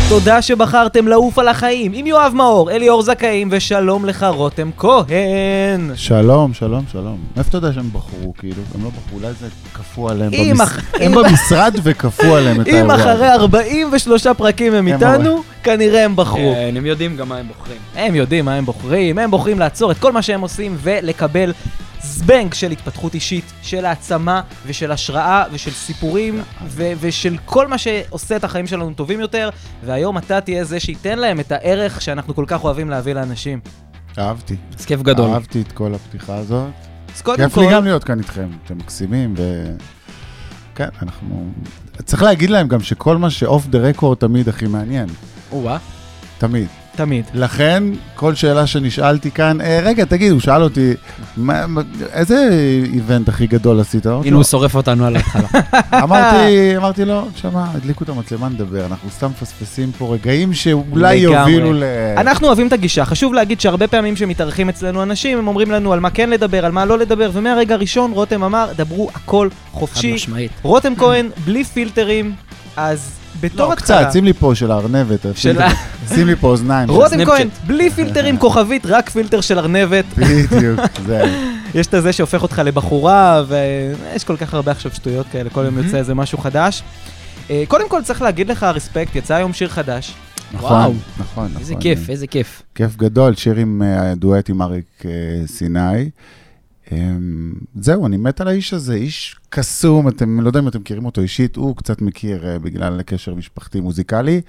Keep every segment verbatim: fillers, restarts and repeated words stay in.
תודה שבחרתם לעוף על החיים עם יואב מאור, אליאור זכאים, ושלום לך רותם כהן. שלום, שלום, שלום. איפה אתה יודע שהם בחרו, כאילו? הם לא בחרו, אולי זה כפו עליהם אם במש... אח... הם אם... במשרד וכפו עליהם את אם האירוע. אם אחרי ארבעים ושלושה פרקים הם איתנו, כנראה הם בחרו. הם יודעים גם מה הם בוחרים. הם יודעים מה הם בוחרים, הם בוחרים לעצור את כל מה שהם עושים ולקבל זבנג של התפתחות אישית, של העצמה ושל השראה ושל סיפורים ו- ושל כל מה שעושה את החיים שלנו טובים יותר, והיום אתה תהיה זה שייתן להם את הערך שאנחנו כל כך אוהבים להביא לאנשים. אהבתי. אז כיף גדול. אהבתי את כל הפתיחה הזאת. אז קודם כיף כל... לי גם להיות כאן איתכם, אתם מקסימים ו... כן, אנחנו... צריך להגיד להם גם שכל מה שאוף דה רקורד תמיד הכי מעניין. וואה. תמיד. תמיד. לכן, כל שאלה שנשאלתי כאן, אה, רגע, תגיד, הוא שאל אותי, מה, איזה איבנט הכי גדול עשית? הנה הוא שורף אותנו על ההתחלה. אמרתי, אמרתי לו, שמה, הדליקו את המצלמה נדבר, אנחנו סתם פספסים פה רגעים שאולי יובילו ל... אנחנו אוהבים את הגישה, חשוב להגיד שהרבה פעמים שמתארחים אצלנו אנשים, הם אומרים לנו על מה כן לדבר, על מה לא לדבר, ומהרגע הראשון רותם אמר, דברו הכל חופשי. חד משמעית. רותם כהן, בלי פילטרים, אז... לא, קצת, שים לי פה של הארנבת, שים לי פה אוזניים. רותם כהן, בלי פילטרים כוכבית, רק פילטר של ארנבת. בדיוק, זה. יש את זה שהופך אותך לבחורה, ויש כל כך הרבה עכשיו שטויות כאלה, כל יום יוצא איזה משהו חדש. קודם כל צריך להגיד לך רספקט, יצא היום שיר חדש. נכון, נכון. איזה כיף, איזה כיף. כיף גדול, שיר עם דואט עם אריק סיני. זהו, אני מת על האיש הזה, איש קסום, אתם לא יודעים אם אתם מכירים אותו אישית, הוא קצת מכיר בגלל קשר משפחתי מוזיקלי.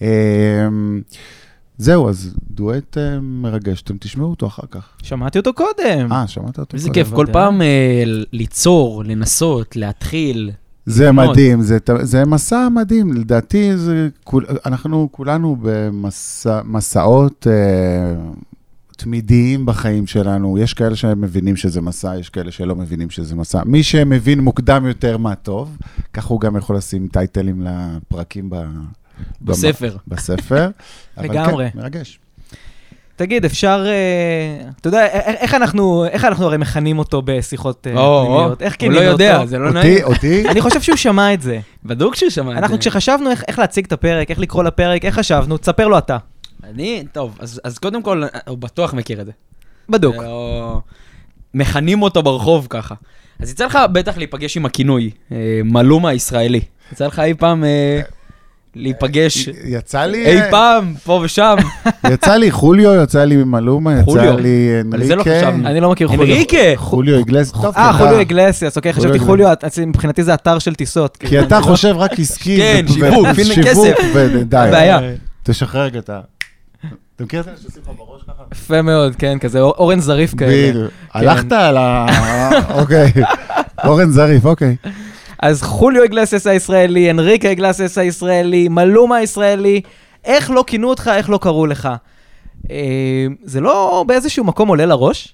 זהו, אז דואט מרגש, אתם תשמעו אותו אחר כך. שמעתי אותו קודם. אה, שמעת אותו איזה קודם. כיף, כל פעם ליצור, לנסות, להתחיל. זה מדהים, זה מסע מדהים, לדעתי אנחנו כולנו במסעות תמידיים בחיים שלנו, יש כאלה שמבינים שזה מסע, יש כאלה שלא מבינים שזה מסע. מי שמבין מוקדם יותר מה טוב, כך הוא גם יכול לשים טייטלים לפרקים ב... בספר. בספר. לגמרי. אבל כן, מרגש. תגיד, אפשר, אתה יודע, איך אנחנו, איך אנחנו הרי מכנים אותו בשיחות פנימיות? איך כינינו אותו? הוא לא יודע, זה לא נעים. אותי? אני חושב שהוא שמע את זה. בדוק שהוא שמע את זה. אנחנו כשחשבנו איך להציג את הפרק, איך לקרוא לפרק, איך חשבנו, תספר לו אתה. אני, טוב, אז, אז קודם כל, הוא בטוח מכיר את זה. בדוק. לא... מכנים אותו ברחוב ככה. אז יצא לך בטח להיפגש עם הכינוי, אה, מלומה הישראלי. יצא לך אי פעם אה, להיפגש... יצא לי... אי פעם, פה ושם. יצא לי חוליו, יצא לי מלומה, יצא לי אנריקה. אני לא מכיר חוליו. אנריקה! חוליו איגלסיאס. אה, חוליו איגלסיאס, אוקיי, חשבתי חוליו, מבחינתי זה אתר של טיסות. כי אתה חושב רק עסקי. כן, שיווק, כסף. ודי. בעיה. תשחרר רגע את ה... אתה מכיר את זה שעושים לך בראש ככה? יפה מאוד, כן, כזה אורן זריף כאלה. הלכת על ה... אוקיי, אורן זריף, אוקיי. אז חוליו איגלסיאס הישראלי, אנריקה איגלסיאס הישראלי, מלומה הישראלי, איך לא כינו אותך, איך לא קראו לך? זה לא באיזשהו מקום עולה לראש?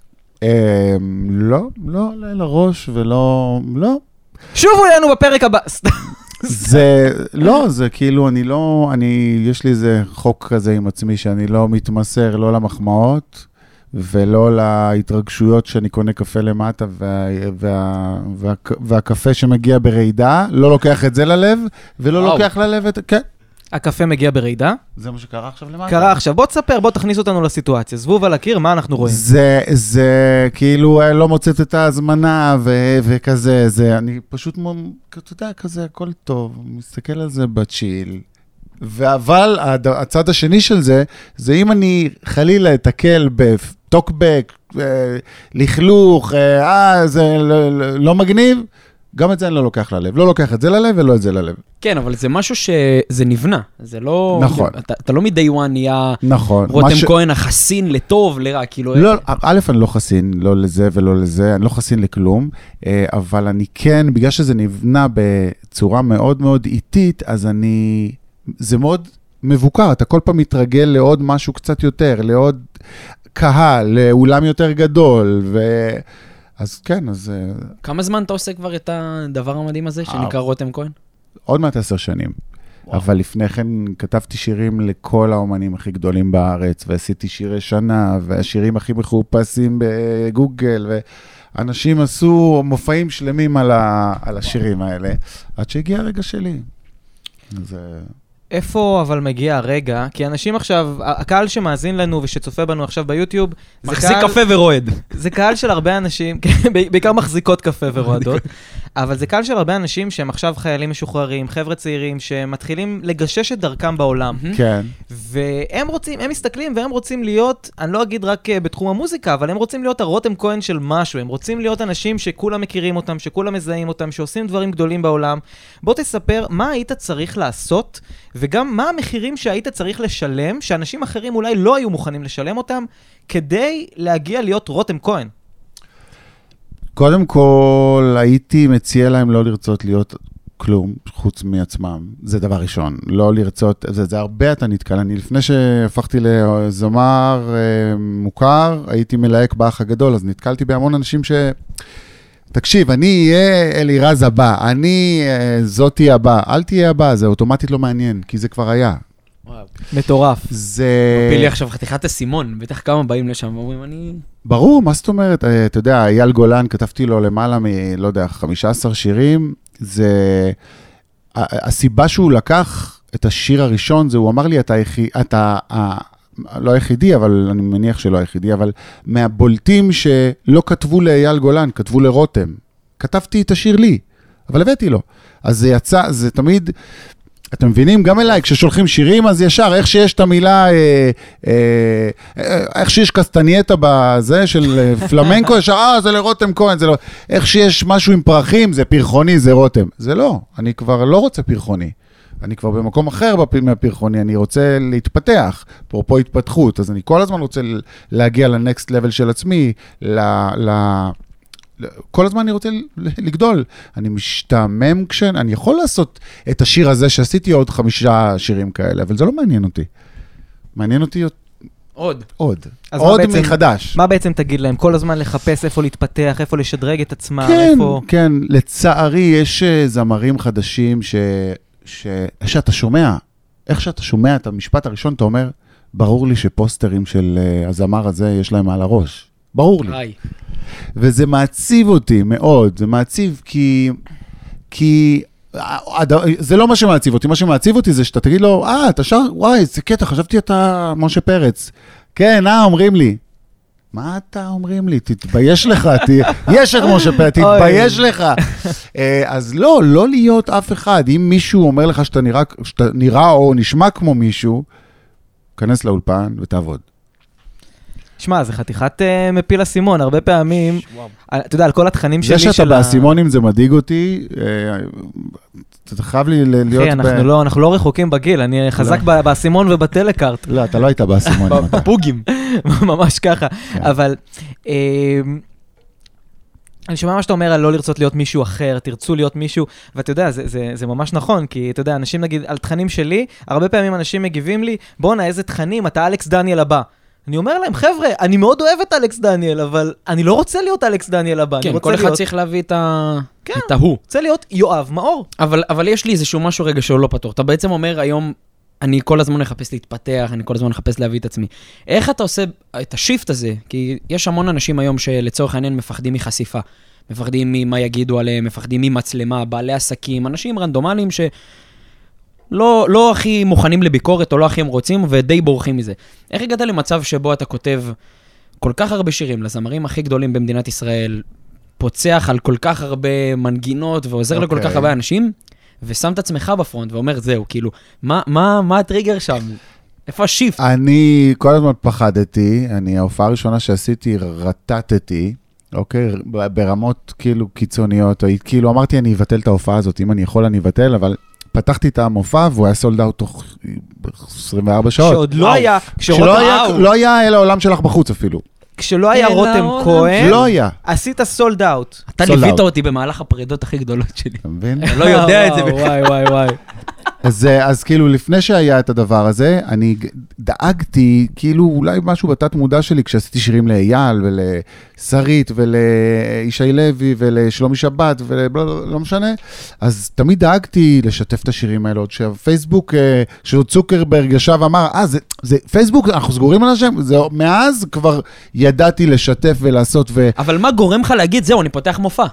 לא, לא עולה לראש ולא... לא. שובו אלינו בפרק הבא. זה, לא, זה כאילו, אני לא, אני, יש לי איזה חוק כזה עם עצמי, שאני לא מתמסר, לא למחמאות, ולא להתרגשויות שאני קונה קפה למטה, וה, וה, וה, והקפה שמגיע ברעידה, לא לוקח את זה ללב, ולא לוקח ללב את, כן. הקפה מגיע ברעידה? זה מה שקרה עכשיו למטה. קרה עכשיו, בוא תספר, בוא תכניס אותנו לסיטואציה, זבוב על הקיר, מה אנחנו רואים? זה, זה כאילו לא מוצאת את ההזמנה ו- וכזה, זה, אני פשוט, אתה יודע, כזה, הכל טוב, מסתכל על זה בצ'יל, אבל הצד השני של זה, זה אם אני חלילה אתקל בטוקבק, לכלוך, אה, זה לא מגניב, גם את זה אני לא לוקח ללב. לא לוקח את זה ללב ולא את זה ללב. כן, אבל זה משהו שזה נבנה. זה לא... נכון. אתה, אתה לא מדי וואן נהיה... נכון. רותם ש... כהן החסין לטוב, לרע, כאילו... לא, א', אני לא חסין, לא לזה ולא לזה, אני לא חסין לכלום, אבל אני כן, בגלל שזה נבנה בצורה מאוד מאוד איטית, אז אני... זה מאוד מבוקר, אתה כל פעם מתרגל לעוד משהו קצת יותר, לעוד קהל, לאולם יותר גדול, ו... אז כן, אז... כמה זמן אתה עושה כבר את הדבר המדהים הזה, שנקרא רותם כהן? עוד מעט עשר שנים. אבל לפני כן כתבתי שירים לכל האומנים הכי גדולים בארץ, ועשיתי שירי שנה, והשירים הכי מחופשים בגוגל, ואנשים עשו מופעים שלמים על, ה... על השירים האלה, עד שהגיע הרגע שלי. אז... איפה אבל מגיע הרגע? כי אנשים עכשיו, הקהל שמאזין לנו ושצופה בנו עכשיו ביוטיוב, מחזיק קפה ורועד. זה קהל של הרבה אנשים, בעיקר מחזיקות קפה ורועדות, אבל זה קהל של הרבה אנשים שהם עכשיו חיילים משוחררים, חבר'ה צעירים, שמתחילים לגשש את דרכם בעולם. כן. והם רוצים, הם מסתכלים והם רוצים להיות, אני לא אגיד רק בתחום המוזיקה, אבל הם רוצים להיות הרותם כהן של משהו, הם רוצים להיות אנשים שכולם מכירים אותם, שכולם מזהים אותם, שעושים דברים גדולים בעולם. בוא תספר מה היית צריך לעשות, וגם מה המחירים שהיית צריך לשלם, שאנשים אחרים אולי לא היו מוכנים לשלם אותם, כדי להגיע להיות רותם כהן. קודם כל, הייתי מציע להם לא לרצות להיות כלום, חוץ מעצמם. זה דבר ראשון. לא לרצות, זה, זה הרבה אתה נתקל. אני לפני שהפכתי לזמר אה, מוכר, הייתי מלהק באח הגדול, אז נתקלתי בהמון אנשים ש... תקשיב, אני אהיה אלירז הבא, אני אה, זאתי הבא. אל תהיה הבא, זה אוטומטית לא מעניין, כי זה כבר היה. מטורף. זה... מפיל לי עכשיו חתיכת הסימון, בטח כמה באים לשם ואומרים, אני... ברור, מה זאת אומרת? אתה יודע, אייל גולן, כתבתי לו למעלה מ... לא יודע, חמישה עשר שירים, זה... הסיבה שהוא לקח את השיר הראשון, זה הוא אמר לי, אתה, אתה לא היחידי, אבל אני מניח שלא היחידי, אבל מהבולטים שלא כתבו לאייל גולן, כתבו לרותם. כתבתי את השיר לי, אבל הבאתי לו. אז זה יצא, זה תמיד... אתם מבינים? גם אליי, כששולחים שירים, אז ישר, איך שיש את המילה, אה, אה, איך שיש קסטנייטה בזה של פלמנקו, ישר, אה, זה לרותם כהן, זה לא, איך שיש משהו עם פרחים, זה פרחוני, זה רותם. זה לא, אני כבר לא רוצה פרחוני. אני כבר במקום אחר מהפרחוני, אני רוצה להתפתח, פרופו התפתחות, אז אני כל הזמן רוצה להגיע לנקסט לבל של עצמי, ל... ל כל הזמן אני רוצה לגדול. אני משתעמם כשאני, אני יכול לעשות את השיר הזה שעשיתי עוד חמישה שירים כאלה, אבל זה לא מעניין אותי. מעניין אותי עוד. עוד. עוד מחדש. מה בעצם תגיד להם? כל הזמן לחפש איפה להתפתח, איפה לשדרג את עצמם, כן, איפה... כן. לצערי יש זמרים חדשים ש... ש... שאתה שומע, איך שאתה שומע את המשפט הראשון, אתה אומר, ברור לי שפוסטרים של הזמר הזה יש להם על הראש. ברור לי. היי. וזה מעציב אותי מאוד, זה מעציב כי, כי, זה לא מה שמעציב אותי, מה שמעציב אותי זה שאתה תגיד לו, אה, אתה שר, וואי, זה קטע, חשבתי אתה משה פרץ. כן, אה, אומרים לי. מה אתה אומרים לי? תתבייש לך, יש את משה פרץ, תתבייש לך. אז לא, לא להיות אף אחד. אם מישהו אומר לך שאתה נראה, שאתה נראה או נשמע כמו מישהו, כנס לאולפן ותעבוד. שמע, זה חתיכת uh, מפיל הסימון, הרבה פעמים, אתה יודע, על כל התכנים שלי של... זה שאתה באסימונים זה מדאיג אותי, אתה חייב לי להיות... אחי, אנחנו, לא, אנחנו לא רחוקים בגיל, אני חזק באסימון ובטלקארט. לא, אתה לא היית באסימונים. בפוגים. ממש ככה, אבל... אני שומע מה שאתה אומר על לא לרצות להיות מישהו אחר, תרצו להיות מישהו, ואתה יודע, זה, זה, זה ממש נכון, כי אתה יודע, אנשים נגיד, על תכנים שלי, הרבה פעמים אנשים מגיבים לי, בוא'נה, איזה תכנים, אתה אלכס דניאל הבא. אני אומר להם, חבר'ה, אני מאוד אוהב את אלכס דניאל, אבל אני לא רוצה להיות אלכס דניאל הבא. כן, כל אחד צריך להביא את ההוא. רוצה להיות יואב מאור. אבל יש לי איזשהו משהו רגע שהוא לא פתור. אתה בעצם אומר היום, אני כל הזמן מחפש להתפתח, אני כל הזמן מחפש להביא את עצמי. איך אתה עושה את השיפט הזה? כי יש המון אנשים היום שלצורך העניין מפחדים מחשיפה. מפחדים ממה יגידו עליהם, מפחדים ממצלמה, בעלי עסקים, אנשים רנדומליים ש... לא, לא הכי מוכנים לביקורת, או לא הכי הם רוצים, ודי בורחים מזה. איך הגעת למצב שבו אתה כותב כל כך הרבה שירים, לזמרים הכי גדולים במדינת ישראל, פוצח על כל כך הרבה מנגינות, ועוזר okay. לכל כך הרבה אנשים, ושם את עצמך בפרונט, ואומר, זהו, כאילו, מה, מה, מה הטריגר שם? איפה השיפט? אני כל הזמן פחדתי, אני, ההופעה הראשונה שעשיתי, רטטתי, אוקיי, ברמות כאילו קיצוניות, כאילו אמרתי, אני אבטל את ההופעה הזאת, אם אני יכול, אני אבטל, אבל... פתחתי את המופע, והוא היה סולד אאוט תוך עשרים וארבע שעות. שעוד לא היה... כשלא היה, לא היה אל העולם שלך בחוץ אפילו. כשלא היה רותם כהן, לא היה. עשית סולד אאוט. אתה ליווית אותי במהלך הפרידות הכי גדולות שלי. אתה מבין? אני לא יודע את זה. וואי, וואי, וואי. אז, אז כאילו, לפני שהיה את הדבר הזה, אני דאגתי, כאילו, אולי משהו בתת מודע שלי, כשעשיתי שירים לאייל ולשרית ולאישי לוי ולשלומי שבת ולא לא משנה, אז תמיד דאגתי לשתף את השירים האלה, עוד שהפייסבוק, שצוקרברג ישב ואמר, אה, זה, זה פייסבוק, אנחנו סגורים על השם, זה, מאז כבר ידעתי לשתף ולעשות ו... אבל מה גורם לך להגיד, זהו, אני פותח מופע?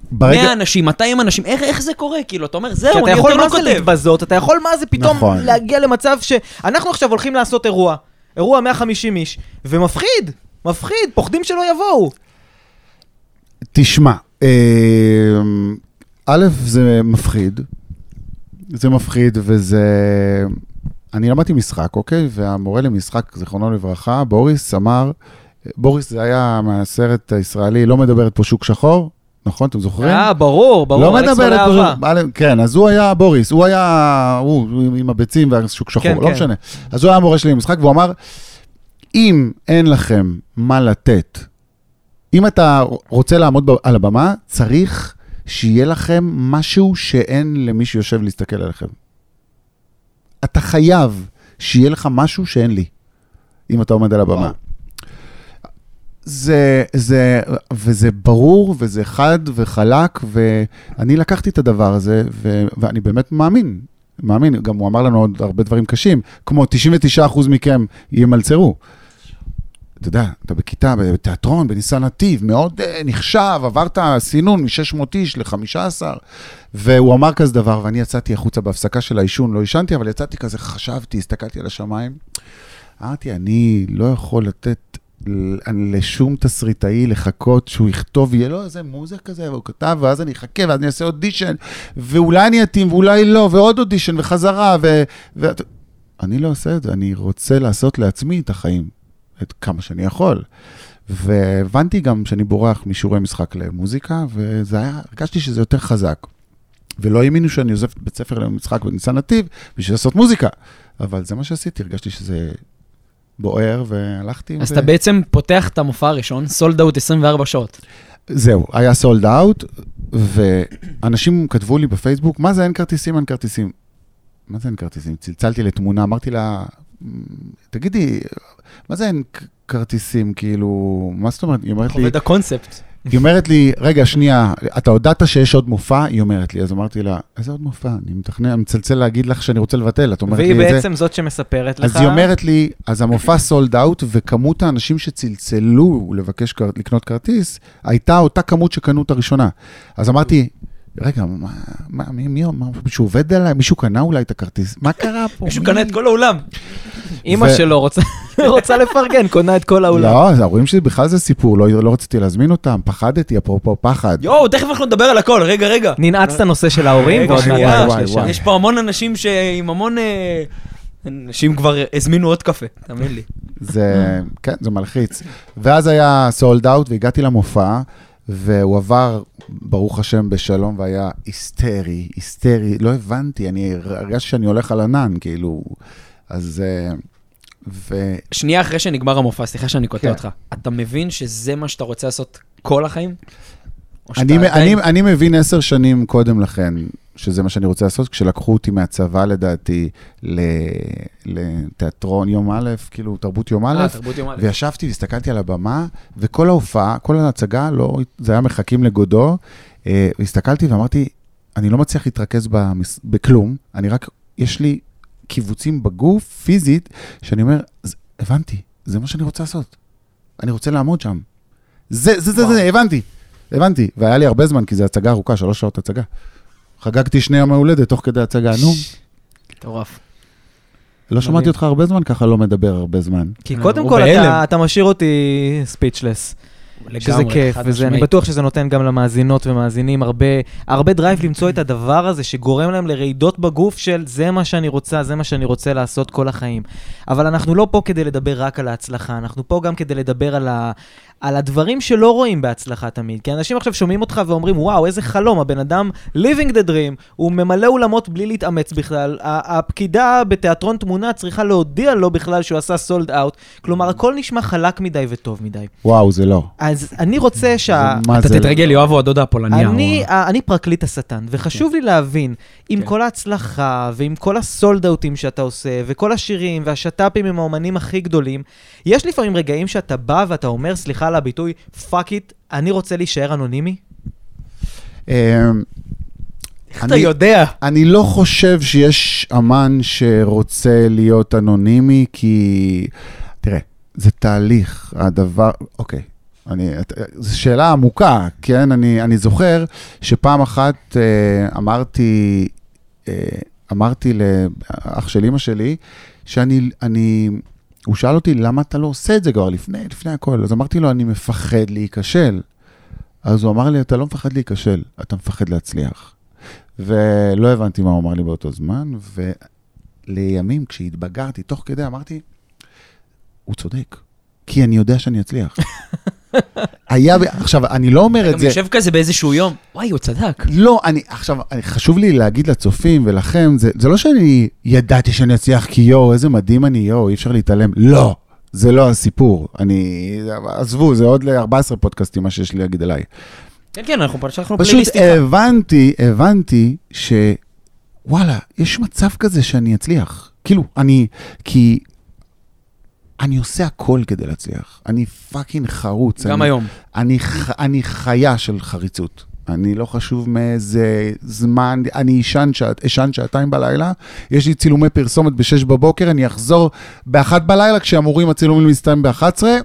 ברגע... מאה אנשים, מאתיים אנשים, איך, איך זה קורה? כאילו, אתה אומר, זהו, כי אתה אני יכול יותר לא מה זה כותב. להתבזות, אתה יכול מה זה פתאום נכון. להגיע למצב שאנחנו עכשיו הולכים לעשות אירוע, אירוע מאה וחמישים איש, ומפחיד, מפחיד, פוחדים שלא יבואו. תשמע, אה, א', זה מפחיד, זה מפחיד וזה... אני למדתי משחק, אוקיי? והמורה למשחק, זיכרונו לברכה, בוריס אמר, בוריס זה היה מהסרט הישראלי, לא מדברת פה שוק שחור, נכון? אתם זוכרים? אה, ברור, ברור. לא מדברת פה לאהבה. שוק, כן, אז הוא היה בוריס, הוא היה, הוא, הוא עם הביצים והשוק שחור, כן, לא כן. משנה. אז הוא היה המורה שלי למשחק, והוא אמר, אם אין לכם מה לתת, אם אתה רוצה לעמוד על הבמה, צריך שיהיה לכם משהו שאין למי שיושב להסתכל עליכם. אתה חייב שיהיה לך משהו שאין לי, אם אתה עומד על הבמה. זה, זה, וזה ברור, וזה חד וחלק, ואני לקחתי את הדבר הזה, ו, ואני באמת מאמין, מאמין, גם הוא אמר לנו עוד הרבה דברים קשים, כמו תשעים ותשעה אחוז מכם ימלצרו. אתה יודע, אתה בכיתה, בתיאטרון, בניסן נתיב, מאוד uh, נחשב, עברת סינון מ-שש מאות איש ל-חמישה עשר, והוא אמר כזה דבר, ואני יצאתי החוצה בהפסקה של האישון, לא ישנתי, אבל יצאתי כזה, חשבתי, הסתכלתי על השמיים, אמרתי, אני לא יכול לתת לשום תסריטאי לחכות שהוא יכתוב, יהיה לו איזה מוזיקה כזה, והוא כתב, ואז אני אחכה, ואז אני אעשה אודישן, ואולי אני אתאים, ואולי לא, ועוד אודישן, וחזרה, ו... ו... אני לא עושה את זה, אני רוצה לעשות לעצמי את החיים. את כמה שאני יכול. והבנתי גם שאני בורח משיעורי משחק למוזיקה, וזה היה, הרגשתי שזה יותר חזק. ולא האמינו שאני עוזב בית ספר למשחק בניסן נתיב, בשביל לעשות מוזיקה. אבל זה מה שעשיתי, הרגשתי שזה בוער, והלכתי... אז ו... אתה בעצם פותח את המופע הראשון, סולד אאוט עשרים וארבע שעות. זהו, היה סולד אאוט, ואנשים כתבו לי בפייסבוק, מה זה אין כרטיסים, אין כרטיסים? מה זה אין כרטיסים? צלצלתי לתמונה, אמרתי לה, תגידי, מה זה אין כרטיסים, כאילו, מה זאת אומרת? היא אומרת לי... עובד הקונספט. היא אומרת לי, רגע, שנייה, אתה הודעת שיש עוד מופע? היא אומרת לי, אז אמרתי לה, איזה עוד מופע? אני מתכנן, אני מצלצל להגיד לך שאני רוצה לבטל, את אומרת לי את זה. והיא בעצם זאת שמספרת לך. אז היא אומרת לי, אז המופע סולד אאוט, וכמות האנשים שצלצלו לבקש לקנות כרטיס, הייתה אותה כמות שקנו את הראשונה. אז אמרתי, רגע, מה, מה, מי, מי, מה, מישהו עובד עליי? מישהו קנה אולי את הכרטיס? מה קרה פה? מישהו קנה את כל האולם. אמא שלו רוצה, רוצה לפרגן, קונה את כל האולם. לא, אז ההורים שלי בכלל זה סיפור, לא, לא רציתי להזמין אותם, פחדתי, אפרופו פחד. יואו, תכף אנחנו נדבר על הכל, רגע, רגע. ננעץ את הנושא של ההורים, ועוד שנייה, נעץ לשם. יש פה המון אנשים שעם המון... אה, אנשים כבר הזמינו עוד קפה, תאמין לי. זה, כן, זה מלחיץ. ואז היה סולד אאוט, והגעתי למופע, והוא עבר, ברוך השם, בשלום, והיה היסטרי, היסטרי, לא הבנתי, אני הרגשתי שאני הולך על ענן, כאילו, אז... ו... שנייה אחרי שנגמר המופע, סליחה שאני קוטע כן. אותך, אתה מבין שזה מה שאתה רוצה לעשות כל החיים? אני, אני, אני מבין עשר שנים קודם לכן, שזה מה שאני רוצה לעשות, כשלקחו אותי מהצבא, לדעתי, לתיאטרון יום א', כאילו, תרבות יום א', תרבות יום א'. וישבתי והסתכלתי על הבמה, וכל ההופעה, כל ההצגה, לא, זה היה מחכים לגודו, והסתכלתי ואמרתי, אני לא מצליח להתרכז במס... בכלום, אני רק, יש לי קיבוצים בגוף, פיזית, שאני אומר, הבנתי, זה מה שאני רוצה לעשות. אני רוצה לעמוד שם. זה, זה, זה, זה, הבנתי. הבנתי, והיה לי הרבה זמן, כי זו הצגה ארוכה, שלוש שעות הצגה. חגגתי שני יום ההולדת, תוך כדי הצגה, נו. טורף. לא שמעתי אותך הרבה זמן, ככה לא מדבר הרבה זמן. כי קודם כל אתה, אתה משאיר אותי ספיצ'לס. שזה כיף, ואני בטוח שזה נותן גם למאזינות ומאזינים הרבה, הרבה דרייב למצוא את הדבר הזה שגורם להם לרעידות בגוף של זה מה שאני רוצה, זה מה שאני רוצה לעשות כל החיים. אבל אנחנו לא פה כדי לדבר רק על ההצלחה, אנחנו פה גם כדי לדבר על, ה, על הדברים שלא רואים בהצלחה תמיד. כי אנשים עכשיו שומעים אותך ואומרים, וואו, איזה חלום, הבן אדם living the dream, הוא ממלא אולמות בלי להתאמץ בכלל, הפקידה בתיאטרון תמונה צריכה להודיע לו בכלל שהוא עשה sold out, כלומר, הכל נשמע חלק מדי וטוב מדי. וואו, זה לא. אז אני רוצה שה... אתה תתרגל, יואב הוא הדודה הפולניה. אני פרקליט השטן, וחשוב לי להבין, עם כל ההצלחה, ועם כל הסולד-אוטים שאתה עושה, וכל השירים, והשטאפים עם האומנים הכי גדולים, יש לפעמים רגעים שאתה בא ואתה אומר, סליחה על הביטוי, fuck it, אני רוצה להישאר אנונימי? איך אתה יודע? אני לא חושב שיש אמן שרוצה להיות אנונימי, כי... תראה, זה תהליך, הדבר... אוקיי. אני, זו שאלה עמוקה, כן? אני, אני זוכר שפעם אחת אה, אמרתי, אה, אמרתי לאח של אמא שלי, שאני, אני, הוא שאל אותי, למה אתה לא עושה את זה כבר לפני, לפני הכל? אז אמרתי לו, אני מפחד להיכשל. אז הוא אמר לי, אתה לא מפחד להיכשל, אתה מפחד להצליח. ולא הבנתי מה הוא אמר לי באותו זמן, ולימים, כשהתבגרתי, תוך כדי, אמרתי, הוא צודק, כי אני יודע שאני אצליח. היה, עכשיו, אני לא אומר את זה... גם יושב כזה באיזשהו יום, וואי, הוא צדק. לא, אני, עכשיו, חשוב לי להגיד לצופים ולכם, זה, זה לא שאני ידעתי שאני אצליח, כי יו, איזה מדהים אני, יו, אי אפשר להתעלם. לא, זה לא הסיפור. אני, עזבו, זה עוד ל-ארבעה עשר פודקאסטים, מה שיש לי להגיד עליי. כן, כן, אנחנו פשוט פשוט הבנתי, הבנתי ש... וואלה, יש מצב כזה שאני אצליח. כאילו, אני, כי... אני עושה הכל כדי להצליח. אני פאקינג חרוץ. גם אני, היום. אני, אני חיה של חריצות. אני לא חשוב מאיזה זמן, אני אשן שעת, אשן שעתיים בלילה, יש לי צילומי פרסומת בשש בבוקר, אני אחזור באחת בלילה, כשאמורים הצילומים מסתיים באחת עשרה,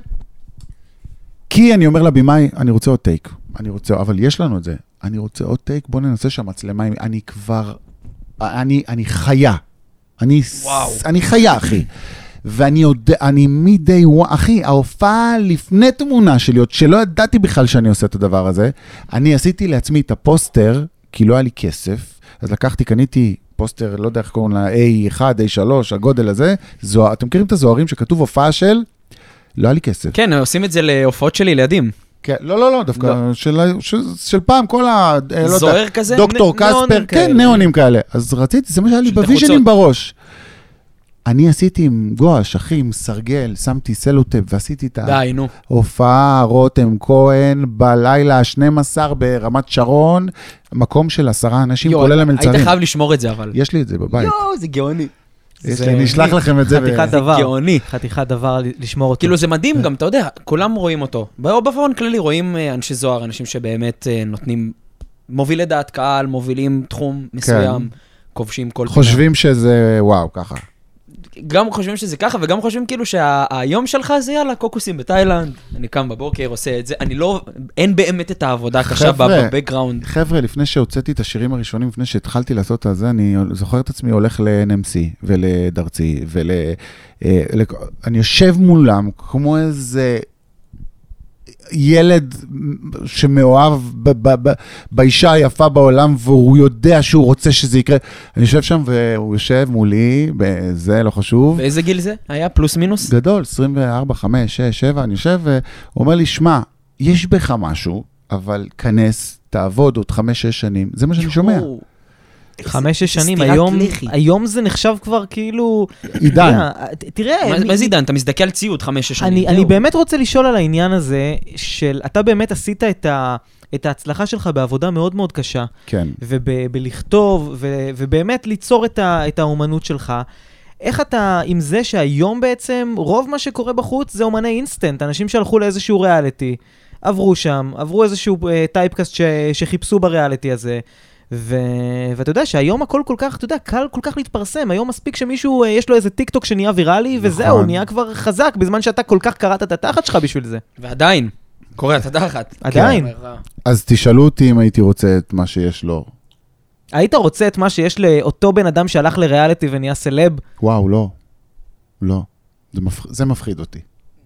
כי אני אומר לבימאי, אני רוצה עוד טייק. אני רוצה, אבל יש לנו את זה. אני רוצה עוד טייק, בוא ננסה שהמצלמה, אני כבר, אני, אני חיה. אני, וואו. אני חיה, אחי. ואני יודע, אני מדי, אחי, ההופעה לפני תמונה שלי, עוד שלא ידעתי בכלל שאני עושה את הדבר הזה, אני עשיתי לעצמי את הפוסטר, כי לא היה לי כסף, אז לקחתי, קניתי פוסטר, לא יודע איך קוראים לה, איי אחת, איי שלוש, הגודל הזה, זוהר, אתם מכירים את הזוהרים שכתוב הופעה של, לא היה לי כסף. כן, עושים את זה להופעות של ילדים. כן, לא, לא, לא, דווקא לא. של, של, של פעם, כל ה... זוהר לא יודע, כזה? דוקטור נ, קספר, כן, ניאונים כאלה. אז רציתי, זה מה שהיה לי בוויז'נים בראש. אני עשיתי עם גואש, אחי, עם סרגל, שמתי סלוטפ ועשיתי את די, נו. ההופעה רותם כהן בלילה ה-שנים עשר ברמת שרון, מקום של עשרה אנשים, יו, כולל המלצרים. היית חייב לשמור את זה, אבל. יש לי את זה בבית. יואו, זה גאוני. יש לי, אני אשלח לכם את זה. חתיכת זה דבר. גאוני. חתיכת דבר לשמור אותו. כאילו זה מדהים גם, אתה יודע, כולם רואים אותו. באופן כללי רואים אנשי זוהר, אנשים שבאמת נותנים, מובילי דעת קהל, מובילים תחום מסוים, כובשים כל פינה. חושבים שזה, וואו, ככה. גם חושבים שזה ככה, וגם חושבים כאילו שהיום שלך זה יאללה, קוקוסים בתאילנד, אני קם בבוקר, עושה את זה, אני לא, אין באמת את העבודה הקשה בבקגראונד. חבר'ה, לפני שהוצאתי את השירים הראשונים, לפני שהתחלתי לעשות את זה, אני זוכר את עצמי הולך ל-אן אם סי ולדרצי, ול... אני יושב מולם כמו איזה ילד שמאוהב באישה היפה בעולם, והוא יודע שהוא רוצה שזה יקרה. אני יושב שם והוא יושב מולי, זה לא חשוב. באיזה גיל זה? היה פלוס מינוס? גדול, עשרים וארבע, חמש, שש, שבע, אני יושב והוא אומר לי, שמע, יש בך משהו, אבל כנס, תעבוד עוד חמש, שש שנים. זה מה שאני שומע. חמש, שש שנים, היום, היום זה נחשב כבר כאילו... עידן. תראה... מה זה עידן? אתה מזדכה על ציוד חמש, שש שנים. אני, אני באמת רוצה לשאול על העניין הזה, של אתה באמת עשית את, ה, את ההצלחה שלך בעבודה מאוד מאוד קשה. כן. ובלכתוב, ובאמת ליצור את, ה, את האומנות שלך. איך אתה, עם זה שהיום בעצם, רוב מה שקורה בחוץ זה אומני אינסטנט, אנשים שהלכו לאיזשהו ריאליטי, עברו שם, עברו איזשהו טייפקאסט ש, שחיפשו בריאליטי הזה, ו... ואתה יודע שהיום הכל כל כך, אתה יודע, קל כל כך להתפרסם. היום מספיק שמישהו, יש לו איזה טיק טוק שנהיה ויראלי, נכון. וזהו, נהיה כבר חזק, בזמן שאתה כל כך קראת את התחת שלך בשביל זה. ועדיין, קורא את התחת. עדיין. כן. אז תשאלו אותי אם הייתי רוצה את מה שיש לו. היית רוצה את מה שיש לאותו בן אדם שהלך לריאליטי ונהיה סלב? וואו, לא. לא. זה, מפח... זה מפחיד אותי.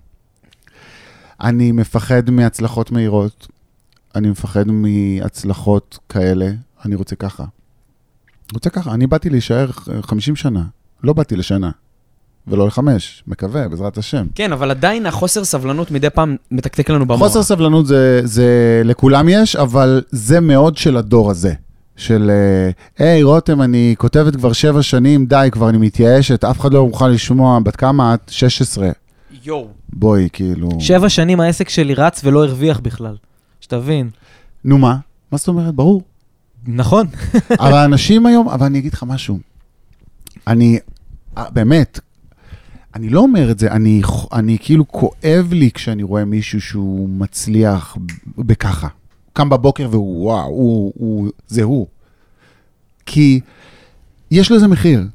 אני מפחד מהצלחות מהירות. אני מפחד מהצלחות כאלה. אני רוצה ככה. רוצה ככה. אני באתי להישאר חמישים שנה. לא באתי לשנה. ולא לחמש. מקווה, בעזרת השם. כן, אבל עדיין החוסר סבלנות מדי פעם מתקתק לנו במוח. חוסר סבלנות זה, זה לכולם יש, אבל זה מאוד של הדור הזה. של, היי, רותם, אני כותבת כבר שבע שנים, די, כבר אני מתייאשת, אף אחד לא מוכן לשמוע, בת כמה את? שש עשרה. יו. בואי, כאילו... שבע שנים העסק שלי רץ ולא הרוויח בכלל. שתבין. נו מה? מה זאת אומרת? ברור. נכון. אבל האנשים היום, אבל אני אגיד לך משהו. אני, באמת, אני לא אומר את זה, אני, אני כאילו כואב לי כשאני רואה מישהו שהוא מצליח בככה. קם בבוקר והוא, וואו, הוא, הוא, זה הוא. כי יש לזה מחיר.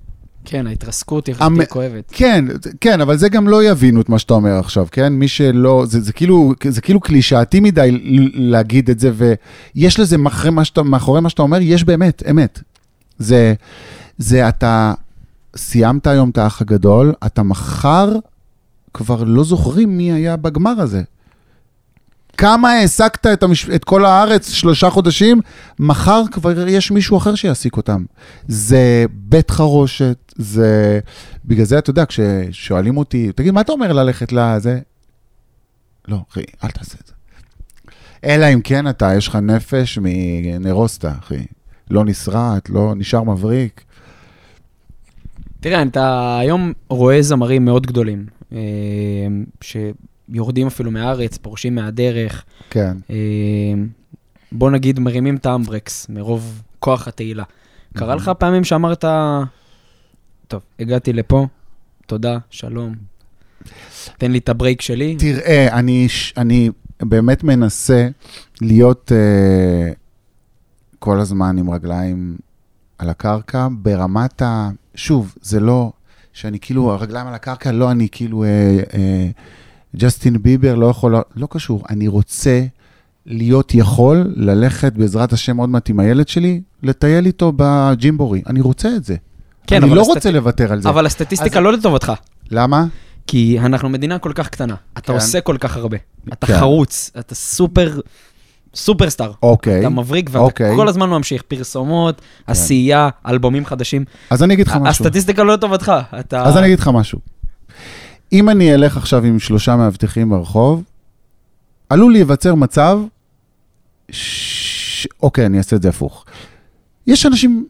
כן, ההתרסקות היא חלטי כואבת. כן, כן, אבל זה גם לא יבינו את מה שאתה אומר עכשיו, כן? מי שלא, זה, זה כאילו, זה כאילו קלישאתי מדי להגיד את זה, ויש לזה מאחורי מה שאתה, מאחורי מה שאתה אומר, יש באמת, אמת. זה, זה אתה סיימת היום את האח הגדול, אתה מחר כבר לא זוכרים מי היה בגמר הזה. כמה העסקת את, המש... את כל הארץ שלושה חודשים, מחר כבר יש מישהו אחר שיעסיק אותם. זה בית חרושת, זה... בגלל זה אתה יודע, כששואלים אותי, תגיד, מה אתה אומר ללכת לזה? לא, אחי, אל תעשה את זה. אלא אם כן אתה, יש לך נפש מנרוסטה, אחי. לא נשרט, לא נשאר מבריק. תראה, אתה היום רואה זמרים מאוד גדולים, ש... יורדים אפילו מהארץ, פורשים מהדרך. כן. בוא נגיד, מרימים את האמברקס, מרוב כוח התהילה. קרה לך פעמים שאמרת, טוב, הגעתי לפה, תודה, שלום, תן לי את הברייק שלי. תראה, אני, אני באמת מנסה להיות uh, כל הזמן עם רגליים על הקרקע, ברמת ה... שוב, זה לא שאני כאילו, הרגליים על הקרקע, לא אני כאילו... Uh, uh, ג'סטין ביבר לא יכול, לא קשור, אני רוצה להיות יכול ללכת בעזרת השם עוד מעט עם הילד שלי, לטייל איתו בג'ימבורי, אני רוצה את זה. כן, אני לא הסטט... רוצה לוותר על זה. אבל הסטטיסטיקה אז... לא לטובתך. למה? כי אנחנו מדינה כל כך קטנה, אתה כן. עושה כל כך הרבה, אתה כן. חרוץ, אתה סופר, סופרסטאר. אוקיי. אתה מבריק ואתה אוקיי. כל הזמן ממשיך, פרסומות, כן. עשייה, אלבומים חדשים. אז אני אגיד לך משהו. הסטטיסטיקה לא לטובתך. אתה... אז אני אגיד לך משהו. אם אני אלך עכשיו עם שלושה מאבטחים ברחוב, עלול להיווצר מצב, ש... אוקיי, אני אעשה את זה הפוך. יש אנשים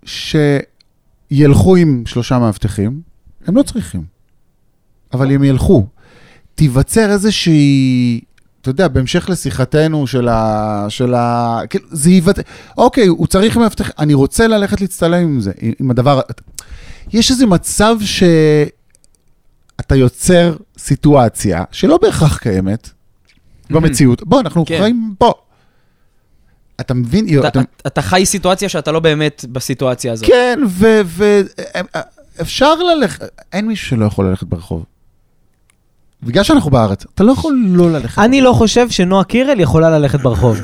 שילכו עם שלושה מאבטחים, הם לא צריכים, אבל הם ילכו. תיווצר איזושהי, אתה יודע, בהמשך לשיחתנו של ה... של ה... זה ייווצר, אוקיי, הוא צריך מאבטח, אני רוצה ללכת להצטלם עם זה, עם הדבר... יש איזה מצב ש... אתה יוצר סיטואציה שלא בהכרח קיימת במציאות. בוא, אנחנו חיים פה. אתה מבין? אתה חי סיטואציה שאתה לא באמת בסיטואציה הזאת. כן, ואפשר ללכת, אין מישהו שלא יכול ללכת ברחוב. בגלל שאנחנו בארץ, אתה לא יכול לא ללכת. אני לא חושב שנועה קירל יכולה ללכת ברחוב.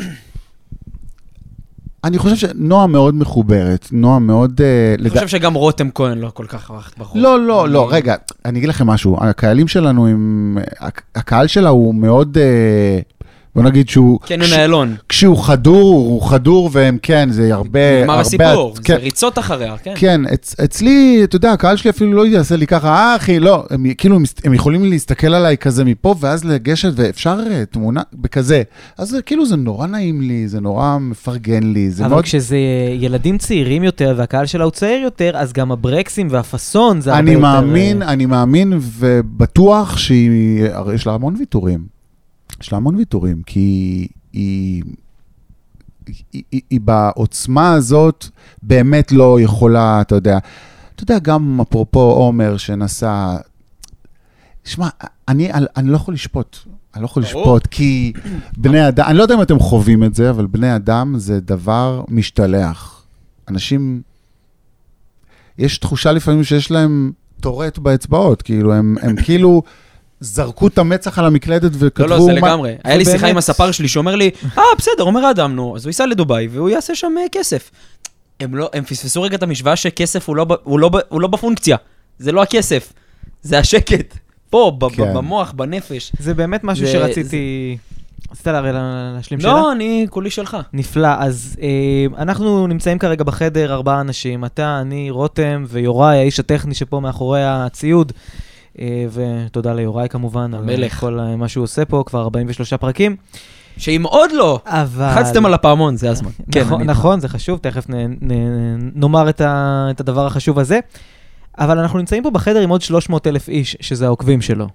אני חושב שנועה מאוד מחוברת, נועה מאוד... אני חושב שגם רותם כהן לא כל כך הלכת ברחוב. לא, לא, לא, רגע, אני אגיד לכם משהו, הקהלים שלנו, הקהל שלה הוא מאוד... בוא נגיד שהוא... כן, הוא נעלון. כשהוא חדור, הוא חדור, והם כן, זה הרבה... נגמר הסיפור, זה ריצות אחריה, כן. כן, אצלי, אתה יודע, הקהל שלי אפילו לא יעשה לי ככה, אה, אחי, לא, כאילו, הם יכולים להסתכל עליי כזה מפה, ואז לגשת, ואפשר תמונה בכזה. אז כאילו, זה נורא נעים לי, זה נורא מפרגן לי, זה מאוד... אבל כשזה ילדים צעירים יותר, והקהל שלה הוא צעיר יותר, אז גם הברקסים והפסון, זה הרבה יותר... אני מאמין, אני מאמין, ובטוח שיש לה המון ויתורים. יש לה המון ויתורים, כי היא, היא, היא, היא בעוצמה הזאת באמת לא יכולה, אתה יודע, אתה יודע, גם אפרופו עומר שנסע, שמע, אני, אני לא יכול לשפוט, אני לא יכול לשפוט, כי בני אדם, אני לא יודע אם אתם חווים את זה, אבל בני אדם זה דבר משתלח. אנשים, יש תחושה לפעמים שיש להם תורט באצבעות, כאילו, הם, הם כאילו... זרקו את המצח על המקלדת וכתבו... לא, לא, זה לגמרי. היה לי שיחה עם הספר שלי שאומר לי, אה, בסדר, אומר האדם, נו, אז הוא ייסע לדוביי והוא יעשה שם כסף. הם לא, הם פספסו רגע את המשוואה שכסף הוא לא, הוא לא, הוא לא בפונקציה. זה לא הכסף, זה השקט. פה, במוח, בנפש. זה באמת משהו שרציתי... רצית להשלים שאלה? לא, אני כולי שלך. נפלא, אז אנחנו נמצאים כרגע בחדר, ארבעה אנשים, אתה, אני, רותם ויוראי, האיש הטכני שפה מאחורי הציוד. ותודה ליוראי כמובן, על כל מה שהוא עושה פה, כבר ארבעים ושלושה פרקים. שאם עוד לא, חצתם על הפעמון, זה הזמן. נכון, זה חשוב, תכף נאמר את הדבר החשוב הזה. אבל אנחנו נמצאים פה בחדר עם עוד שלוש מאות אלף איש, שזה העוקבים שלו.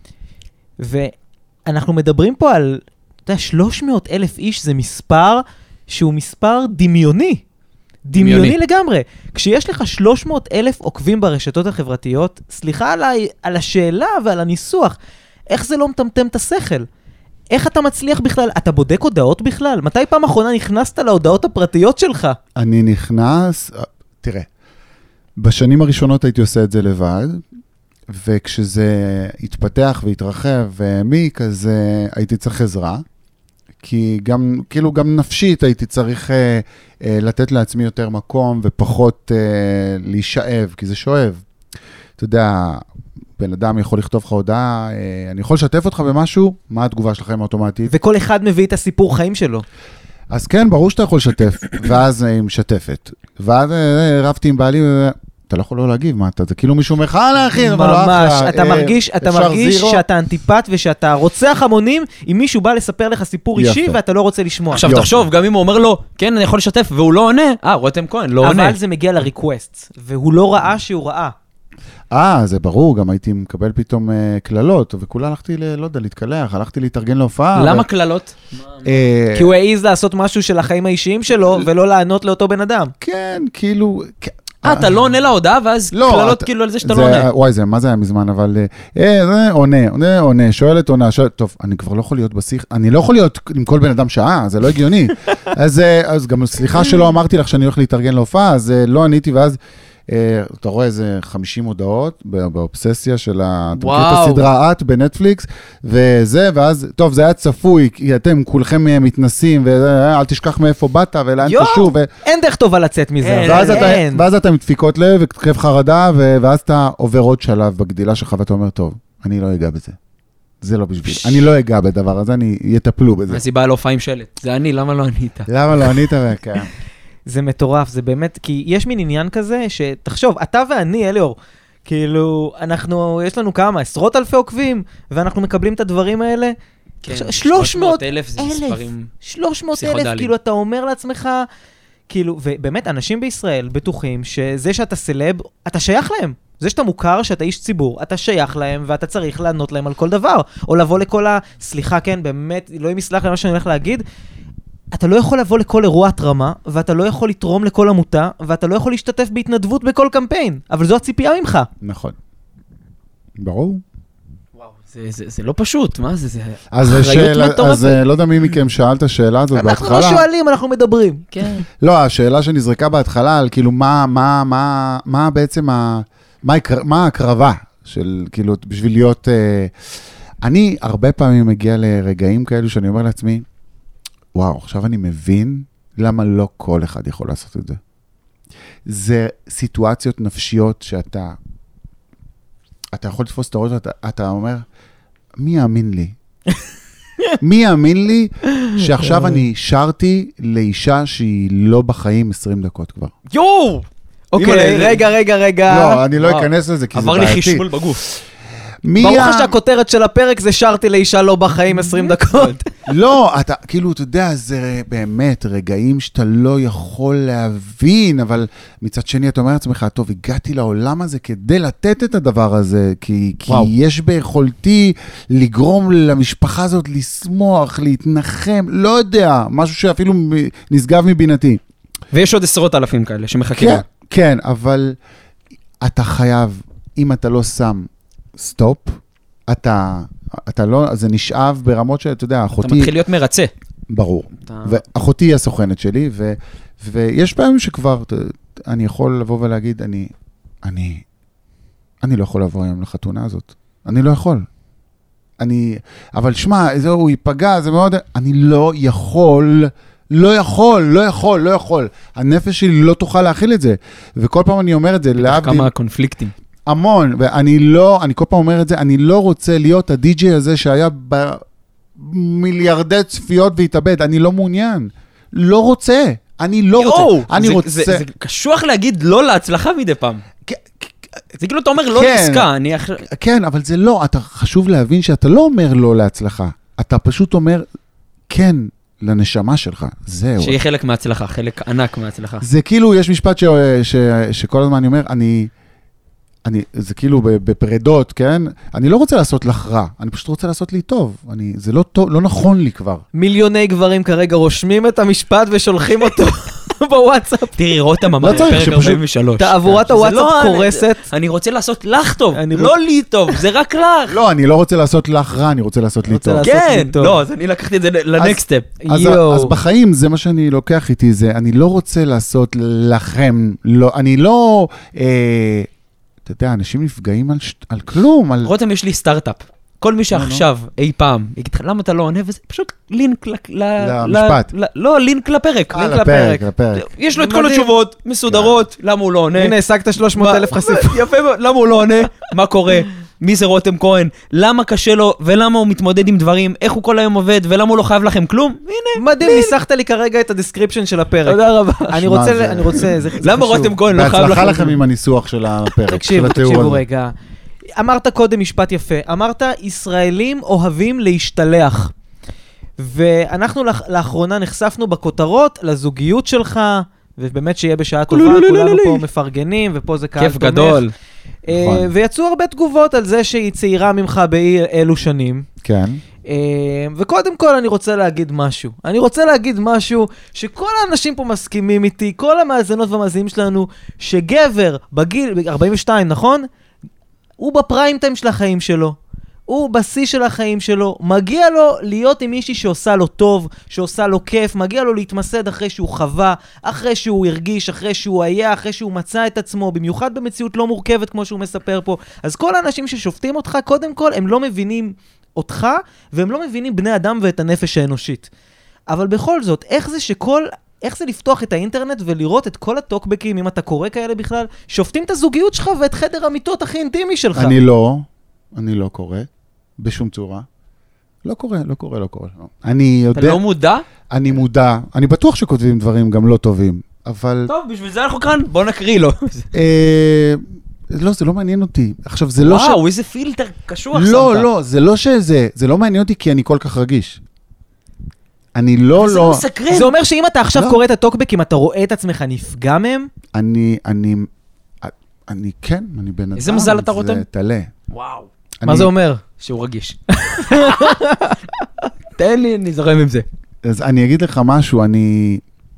ואנחנו מדברים פה על, אתה יודע, שלוש מאות אלף איש זה מספר שהוא מספר דמיוני. דמיוני לגמרי. כשיש לך שלוש מאות אלף עוקבים ברשתות החברתיות, סליחה עליי, על השאלה ועל הניסוח, איך זה לא מטמטם את השכל? איך אתה מצליח בכלל? אתה בודק הודעות בכלל? מתי פעם אחרונה נכנסת להודעות הפרטיות שלך? אני נכנס, תראה, בשנים הראשונות הייתי עושה את זה לבד, וכשזה התפתח והתרחב והעמיק, אז uh, הייתי צריך עזרה, כי גם, כאילו גם נפשית הייתי צריך uh, uh, לתת לעצמי יותר מקום ופחות uh, להישאב, כי זה שואב. אתה יודע, בן אדם יכול לכתוב לך הודעה, uh, אני יכול לשתף אותך במשהו, מה התגובה שלכם האוטומטית? וכל אחד מביא את הסיפור חיים שלו. אז כן, ברור שאתה יכול לשתף, ואז היא משתפת. ואז רבתי עם בעלי, אתה לא יכול לא להגיב, מה אתה? זה כאילו מישהו מחלה, אחי, אבל לא ממש, אתה מרגיש, אתה מרגיש שאתה אנטיפט ושאתה רוצח המונים, אם מישהו בא לספר לך סיפור אישי ואתה לא רוצה לשמוע. עכשיו תחשוב, גם אם הוא אומר לו, כן, אני יכול לשתף, והוא לא עונה, אה, רותם כהן, לא עונה. אבל זה מגיע לריקווסט, והוא לא ראה שהוא ראה. אה, זה ברור, גם הייתי מקבל פתאום כללות, וכולה הלכתי, לא יודע, להתקלח, הלכתי להתארגן להופעה. למה כללות? כי הוא העיז לעשות משהו של החיים האישיים שלו, ולא לענות לאותו בן אדם. כן, כאילו... אה, אתה לא עונה להודעה, ואז כללות כאילו על זה שאתה לא עונה. וואי, זה, מה זה היה מזמן, אבל... אה, זה עונה, עונה, עונה, שואלת עונה, שואלת... טוב, אני כבר לא יכול להיות בשיח, אני לא יכול להיות עם כל בן אדם שעה, זה לא הגיוני. אז גם סליחה שלא אמרתי לך שאני הולך להתארגן להופעה, אז לא עניתי, ואז... אתה רואה איזה חמישים הודעות באובססיה של הסדרה את בנטפליקס, וזה, ואז, טוב, זה היה צפוי, כי אתם כולכם מתנסים, ואל תשכח מאיפה באת, ולאן תשוב. אין דרך טובה לצאת מזה. ואז אתה מתפיקות לב, וכתכף חרדה, ואז אתה עובר עוד שלב בגדילה שלך, ואתה אומר, טוב, אני לא אגע בזה. זה לא בשביל. אני לא אגע בדבר הזה, אני יטפלו בזה. אז היא באה להופעה עם שלט. זה אני, למה לא ענית? למה לא ענית? וכן. זה מטורף, זה באמת, כי יש מין עניין כזה, שתחשוב, אתה ואני, אליאור, כאילו, אנחנו, יש לנו כמה, עשרות אלפי עוקבים, ואנחנו מקבלים את הדברים האלה, כן, שלוש מאות אלף זה מספרים שלוש מאות אלף, כאילו, אתה אומר לעצמך, כאילו, ובאמת, אנשים בישראל בטוחים שזה שאתה סלב, אתה שייך להם. זה שאתה מוכר, שאתה איש ציבור, אתה שייך להם, ואתה צריך לענות להם על כל דבר, או לבוא לכל ה... סליחה, כן, באמת, לא אם יסלח למה שאני הולך להגיד, אתה לא יכול לבוא לכל אירוע התרמה, ואתה לא יכול לתרום לכל עמותה, ואתה לא יכול להשתתף בהתנדבות בכל קמפיין, אבל זו הציפייה ממך. נכון. ברור. וואו, זה, זה, זה לא פשוט, מה זה? זה אז השאלה, אז לא יודע מי מכם שאל את השאלה הזאת בהתחלה. אנחנו לא שואלים, אנחנו מדברים. כן. לא, השאלה שנזרקה בהתחלה, על כאילו מה, מה, מה, מה בעצם ה... מה, מה ההקרבה של, כאילו, בשביל להיות... אני הרבה פעמים מגיע לרגעים כאלו שאני אומר לעצמי, וואו, עכשיו אני מבין למה לא כל אחד יכול לעשות את זה. זה סיטואציות נפשיות שאתה, אתה יכול לתפוס את הראש, אתה, אתה אומר, מי יאמין לי? מי יאמין לי שעכשיו אני שרתי לאישה שהיא לא בחיים עשרים דקות כבר? יואו! אוקיי, רגע, רגע, רגע. לא, אני לא אכנס לזה, כי זה בעייתי. עבר לי חישמול בגוף. ברוך שהכותרת של הפרק זה שרתי לאישה לא בחיים עשרים דקות. לא, אתה, כאילו, אתה יודע, זה באמת רגעים שאתה לא יכול להבין, אבל מצד שני אתה אומר לעצמך, טוב, הגעתי לעולם הזה כדי לתת את הדבר הזה, כי, כי יש ביכולתי לגרום למשפחה הזאת לשמוח, להתנחם, לא יודע, משהו שאפילו נשגב מבינתי. ויש עוד עשרות אלפים כאלה שמחכים. כן, כן, אבל אתה חייב, אם אתה לא שם סטופ, אתה, אתה לא, זה נשאב ברמות שאתה יודע, אחותי... אתה מתחיל להיות מרצה. ברור. אתה... ואחותי היא הסוכנת שלי, ו, ויש פעמים שכבר, אני יכול לבוא ולהגיד, אני, אני, אני לא יכול לבוא היום לחתונה הזאת. אני לא יכול. אני, אבל שמה, זהו, הוא ייפגע, זה מאוד, אני לא יכול... לא יכול, לא יכול, לא יכול. הנפש שלי לא תוכל להכיל את זה. וכל פעם אני אומר את זה, להבדיל... כמה קונפליקטים. המון, ואני לא, אני כל פעם אומר את זה, אני לא רוצה להיות הדי-ג'יי הזה שהיה במיליארדי צפיות והתאבד. אני לא מעוניין. לא רוצה. אני לא רוצה. אני רוצה... זה קשוח להגיד לא להצלחה מדי פעם. זה כאילו אתה אומר לא לעסקה. כן, אבל זה לא. אתה חשוב להבין שאתה לא אומר לא להצלחה. אתה פשוט אומר כן. לנשמה שלך, זהו. שיהיה חלק מההצלחה, חלק ענק מההצלחה. זה כאילו, יש משפט ש, ש, שכל הזמן אני אומר, אני, אני, זה כאילו בפרדות, כן? אני לא רוצה לעשות לך רע, אני פשוט רוצה לעשות לי טוב. אני, זה לא טוב, לא נכון לי כבר. מיליוני גברים כרגע רושמים את המשפט ושולחים אותו. בוואטסאפ. תראי, רותם אמר לא צריך, בפרק שפשוט- ארבעים ושלוש. תעבורת שזה הוואטסאפ לא- קורסת. אני רוצה לעשות לך טוב, אני לא לי טוב, זה רק לך. לא, אני לא רוצה לעשות לך רע, אני רוצה לעשות לי רוצה טוב. לעשות כן, לי טוב. לא, אז אני לקחתי את זה לנקסט סטפ. אז, יואו. אז בחיים זה מה שאני לוקח איתי, זה אני לא רוצה לעשות לכם, לא, אני לא, אה, אתה יודע, אנשים נפגעים על, ש- על כלום, על... רותם, יש לי סטארט-אפ. כל מי שעכשיו, אי פעם, יגיד לך, למה אתה לא עונה? וזה פשוט לינק ל... ל- למשפט. ל- לא, לינק לפרק. אה, לינק לפרק, לפרק. יש לו את זה כל מדהים. התשובות, מסודרות, למה הוא לא עונה? הנה, השגת שלוש מאות אלף מה- חשיפות. יפה מאוד, למה הוא לא עונה? מה קורה? מי זה רותם כהן? למה קשה לו? ולמה הוא מתמודד עם דברים? איך הוא כל היום עובד? ולמה הוא לא חייב לכם כלום? הנה. מדהים, ניסחת לי כרגע את הדיסקריפשן של הפרק. תודה רבה. אני שמע, רוצה, זה- אני רוצה, זה זה למה חשוב. רותם כהן לא חייב בהצלחה לכם? לכם עם הניסוח של הפרק, של תקשיבו, התיאור תקשיבו הזה. רגע. אמרת קודם משפט יפה, אמרת, ישראלים אוהבים להשתלח. ואנחנו לאח- לאחרונה נחשפנו בכותרות לזוגיות שלך, ובאמת שיהיה בשעה טובה, כולנו פה מפרגנים, ופה זה קהל כיף תומך. גדול. אה, נכון. ויצאו הרבה תגובות על זה שהיא צעירה ממך באי אלו שנים. כן. אה, וקודם כל אני רוצה להגיד משהו. אני רוצה להגיד משהו שכל האנשים פה מסכימים איתי, כל המאזינות והמאזינים שלנו, שגבר בגיל, ארבעים ושתיים, נכון? הוא בפריים טיים של החיים שלו. הוא בשיא של החיים שלו. מגיע לו להיות עם מישהי שעושה לו טוב, שעושה לו כיף, מגיע לו להתמסד אחרי שהוא חווה, אחרי שהוא הרגיש, אחרי שהוא היה, אחרי שהוא מצא את עצמו, במיוחד במציאות לא מורכבת כמו שהוא מספר פה. אז כל האנשים ששופטים אותך, קודם כל, הם לא מבינים אותך, והם לא מבינים בני אדם ואת הנפש האנושית. אבל בכל זאת, איך זה שכל... איך זה לפתוח את האינטרנט ולראות את כל הטוקבקים, אם אתה קורא כאלה בכלל, שופטים את הזוגיות שלך ואת חדר המיטות הכי אינטימי שלך. אני לא, אני לא קורא, בשום צורה. לא קורא, לא קורא, לא קורא. לא. אני אתה יודע, לא מודע? אני מודע, אני בטוח שכותבים דברים גם לא טובים, אבל... טוב, בשביל זה אנחנו כאן, בוא נקריא לו. אה, לא, זה לא מעניין אותי. עכשיו, זה לא ש... וואו, איזה פילטר קשוח שמת. לא, לא, זה לא שזה, זה לא מעניין אותי כי אני כל כך רגיש. אני לא, זה לא... לא מסקרן. זה אומר שאם אתה עכשיו לא. קורא את הטוקבקים, אתה רואה את עצמך נפגע מהם? אני, אני, אני כן, אני בן אדם. איזה מזל אתה, רותם? זה תלה. וואו. מה אני- זה אומר? שהוא רגיש. תן לי, אני זורם עם זה. אז אני אגיד לך משהו, אני...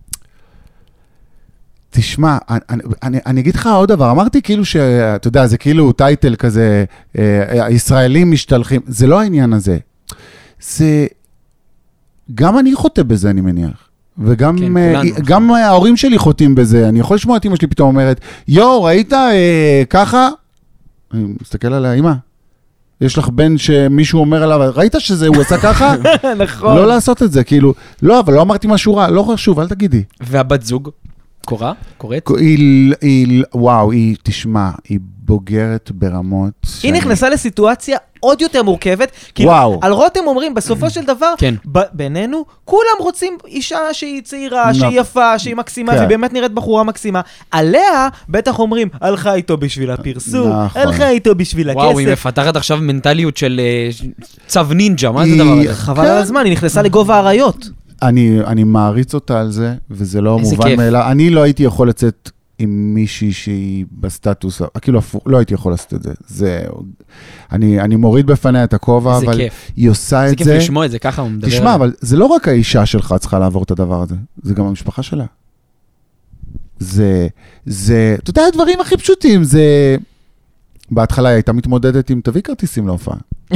תשמע, אני, אני, אני אגיד לך עוד דבר, אמרתי כאילו שאתה יודע, זה כאילו טייטל כזה, אה, הישראלים משתלחים, זה לא העניין הזה. זה... גם אני חוטא בזה, אני מניח. וגם כן, אה, כולנו. גם ההורים שלי חוטאים בזה. אני יכול לשמוע את אמא שלי פתאום אומרת, יואו, ראית אה, ככה? אני מסתכל עליה, אמא, יש לך בן שמישהו אומר עליו, ראית שזה, הוא עשה ככה? נכון. לא לעשות את זה, כאילו, לא, אבל לא אמרתי משהו רע, לא חשוב, אל תגידי. והבת זוג? קורה? קורית? היא, היא, וואו, היא, תשמע, היא בוגרת ברמות. היא שאני- נכנסה לסיטואציה עוד יותר מורכבת, כאילו, וואו. על רותם אומרים, בסופו של דבר, כן. ב- בינינו, כולם רוצים אישה שהיא צעירה, נ- שהיא יפה, שהיא מקסימה, כן. והיא באמת נראית בחורה מקסימה. עליה, בטח אומרים, הלכה איתו בשביל הפרסום, נכון. הלכה איתו בשביל וואו, היא הכסף. מפתחת עכשיו מנטליות של אה, צו נינג'ה, מה זה היא- הדבר הזה? חבל כן. על הזמן, היא נכנסה לגובה האריות. אני, אני מעריץ אותה על זה, וזה לא איזה מובן כיף. מאליו. אני לא הייתי יכול לצאת עם מישהי שהיא בסטטוס, כאילו, הפוך, לא הייתי יכול לעשות את זה. זה, אני, אני מוריד בפניה את הכובע, איזה אבל כיף. היא עושה איזה את כיף זה. לשמוע את זה, ככה הוא מדבר. תשמע, עליו. אבל זה לא רק האישה שלך צריכה לעבור את הדבר הזה, זה גם המשפחה שלה. זה, זה, אתה יודע, הדברים הכי פשוטים, זה... בהתחלה היא הייתה מתמודדת עם תביא כרטיסים להופעה.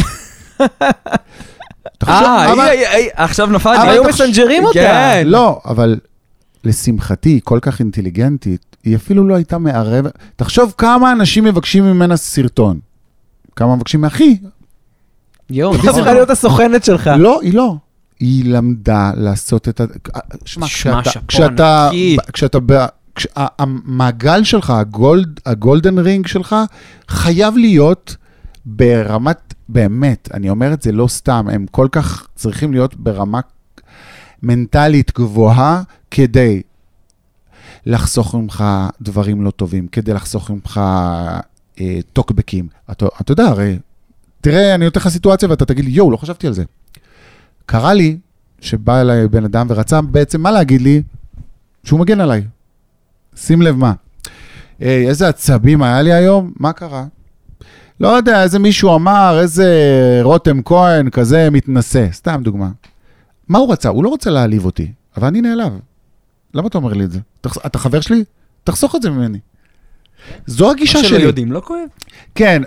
אתה חושב, אה, אבל- היא- היא- היא- עכשיו נפלתי. אבל היו אתה חושב- מסנג'רים אותה. כן. לא, אבל לשמחתי, היא כל כך אינטליגנטית, היא אפילו לא הייתה מערבת. תחשוב כמה אנשים מבקשים ממנה סרטון. כמה מבקשים מאחי? יואו, היא צריכה להיות הסוכנת שלך. לא, היא לא. היא למדה לעשות את ה... שמע, שמע, כשאתה... שאפו כשאתה... ענקי. כשאתה... ב- כש- ה- המעגל שלך, הגולד, הגולדן רינג שלך, חייב להיות ברמת... באמת, אני אומר את זה לא סתם, הם כל כך צריכים להיות ברמה מנטלית גבוהה, כדי לחסוך ממך דברים לא טובים, כדי לחסוך ממך אה, טוקבקים. אתה, אתה יודע, הרי, תראה, אני נותן לך סיטואציה ואתה תגיד לי, יואו, לא חשבתי על זה. קרה לי שבא אליי בן אדם ורצה בעצם מה להגיד לי? שהוא מגן עליי. שים לב מה. אה, איזה עצבים היה לי היום? מה קרה? לא יודע, איזה מישהו אמר, איזה רותם כהן כזה מתנסה. סתם דוגמה. מה הוא רצה? הוא לא רוצה להעליב אותי, אבל אני נעלב. למה אתה אומר לי את זה? אתה חבר שלי? תחסוך את זה ממני. זו הגישה שלי. מה שלא יודעים, לא כואב. כן,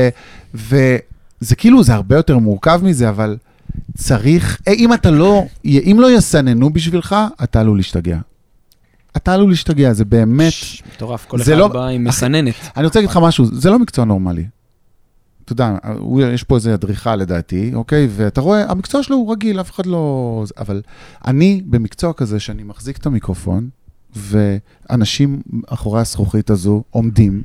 וזה כאילו, זה הרבה יותר מורכב מזה, אבל צריך, אם אתה לא, אם לא יסננו בשבילך, אתה עלול להשתגע. אתה עלול להשתגע, זה באמת... מטורף, כל אחד בא עם מסננת. אני רוצה להגיד לך משהו, זה לא מקצוע נורמלי. אתה יודע, יש פה איזה אדריכל לדעתי, אוקיי? ואתה רואה, המקצוע שלו הוא רגיל, אף אחד לא... אבל אני במקצוע כזה שאני מחזיק את המיקרופון, ואנשים אחורי הזכוכית הזו עומדים,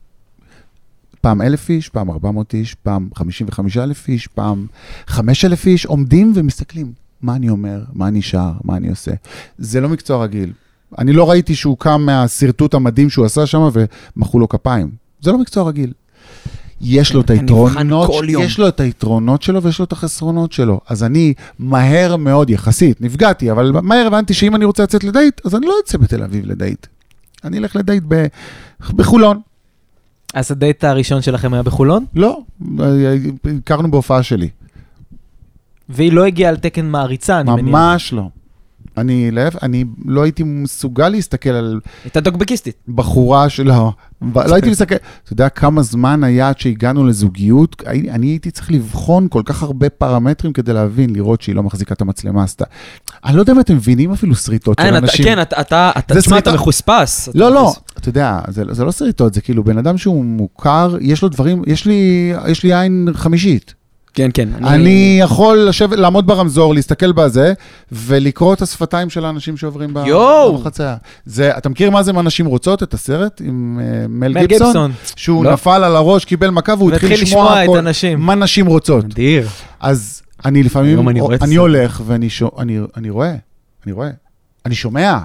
פעם אלף איש, פעם ארבע מאות איש, פעם חמישים וחמישה אלף איש, פעם חמש אלף איש, עומדים ומסתכלים. מה אני אומר, מה אני שר, מה אני עושה. זה לא מקצוע רגיל. אני לא ראיתי שהוא קם מהסרטוט המדהים שהוא עשה שם ומחאו לו כפיים. זה לא מקצוע רגיל. יש לו את היתרונות, יש לו את היתרונות שלו ויש לו את החסרונות שלו. אז אני מהר מאוד יחסית, נפגעתי, אבל מהר הבנתי שאם אני רוצה לצאת לדייט, אז אני לא אצא בתל אביב לדייט. אני אלך לדייט בחולון. אז הדייט הראשון שלכם היה בחולון? לא, הכרנו בהופעה שלי. והיא לא הגיעה על תקן מעריצה, אני מניח. ממש לא. אני, אני לא הייתי מסוגל להסתכל על... הייתה דוקבקיסטית. בחורה שלא. לא הייתי מסתכל... אתה יודע כמה זמן היה עד שהגענו לזוגיות? אני הייתי צריך לבחון כל כך הרבה פרמטרים כדי להבין, לראות שהיא לא מחזיקה את המצלמה. אני לא יודע אם אתם מבינים אפילו שריטות של אנשים. כן, אתה מחוספס. לא, לא. אתה יודע, זה לא שריטות, זה כאילו בן אדם שהוא מוכר, יש לו דברים, יש לי עין חמישית. כן, כן. אני יכול לשבת, לעמוד ברמזור, להסתכל בזה, ולקרוא את השפתיים של האנשים שעוברים בחציה. זה, אתה מכיר מה זה אנשים רוצות, את הסרט עם מל גיבסון? שהוא נפל על הראש, קיבל מכה, והוא התחיל לשמוע מה נשים רוצות. מדהיר. אז אני לפעמים, אני הולך, ואני רואה, אני רואה, אני שומע.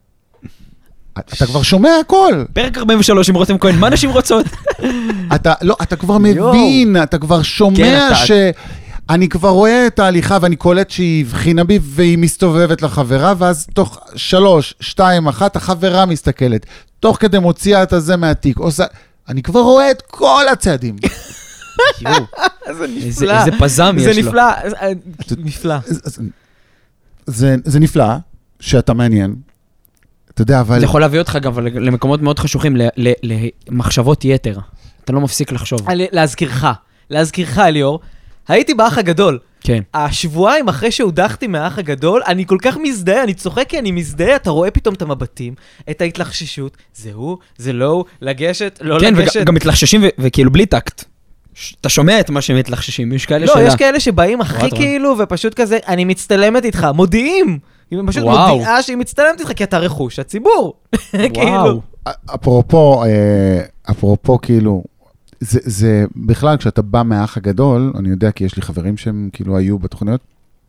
אתה כבר שומע הכל. פרק ארבעים ושלוש עם רותם כהן, מה נשים רוצות? אתה, לא, אתה כבר מבין, אתה כבר שומע ש... אני כבר רואה את ההליכה, ואני קולט שהיא הבחינה בי, והיא מסתובבת לחברה, ואז תוך שלוש, שתיים, אחת, החברה מסתכלת. תוך כדי מוציאה את הזה מהתיק. עושה... אני כבר רואה את כל הצעדים. זה נפלא. איזה פזם יש לו. זה נפלא. נפלא. זה נפלא, שאתה מעניין. אתה יודע, אבל... זה יכול להביא אותך גם למקומות מאוד חשוכים, למחשבות יתר. אתה לא מפסיק לחשוב. להזכירך, להזכירך, אליאור, הייתי באח הגדול. כן. השבועיים אחרי שהודחתי מהאח הגדול, אני כל כך מזדהה, אני צוחק כי אני מזדהה, אתה רואה פתאום את המבטים, את ההתלחששות, זה הוא, זה לא הוא, לגשת, לא כן, לגשת. כן, וגם מתלחששים וכאילו בלי טקט. אתה שומע את מה שהם מתלחששים, יש כאלה לא, יש כאלה שבאים הכי כאילו, ופשוט כזה, אני מצטלמת איתך, מודיעים. היא פשוט מודיעה שהיא מצטלמת איתך, כי אתה רכוש הציבור. וואו. אפרופו, אפרופו כאילו, זה בכלל, כשאתה בא מהאח הגדול, אני יודע כי יש לי חברים שהם כאילו היו בתוכניות,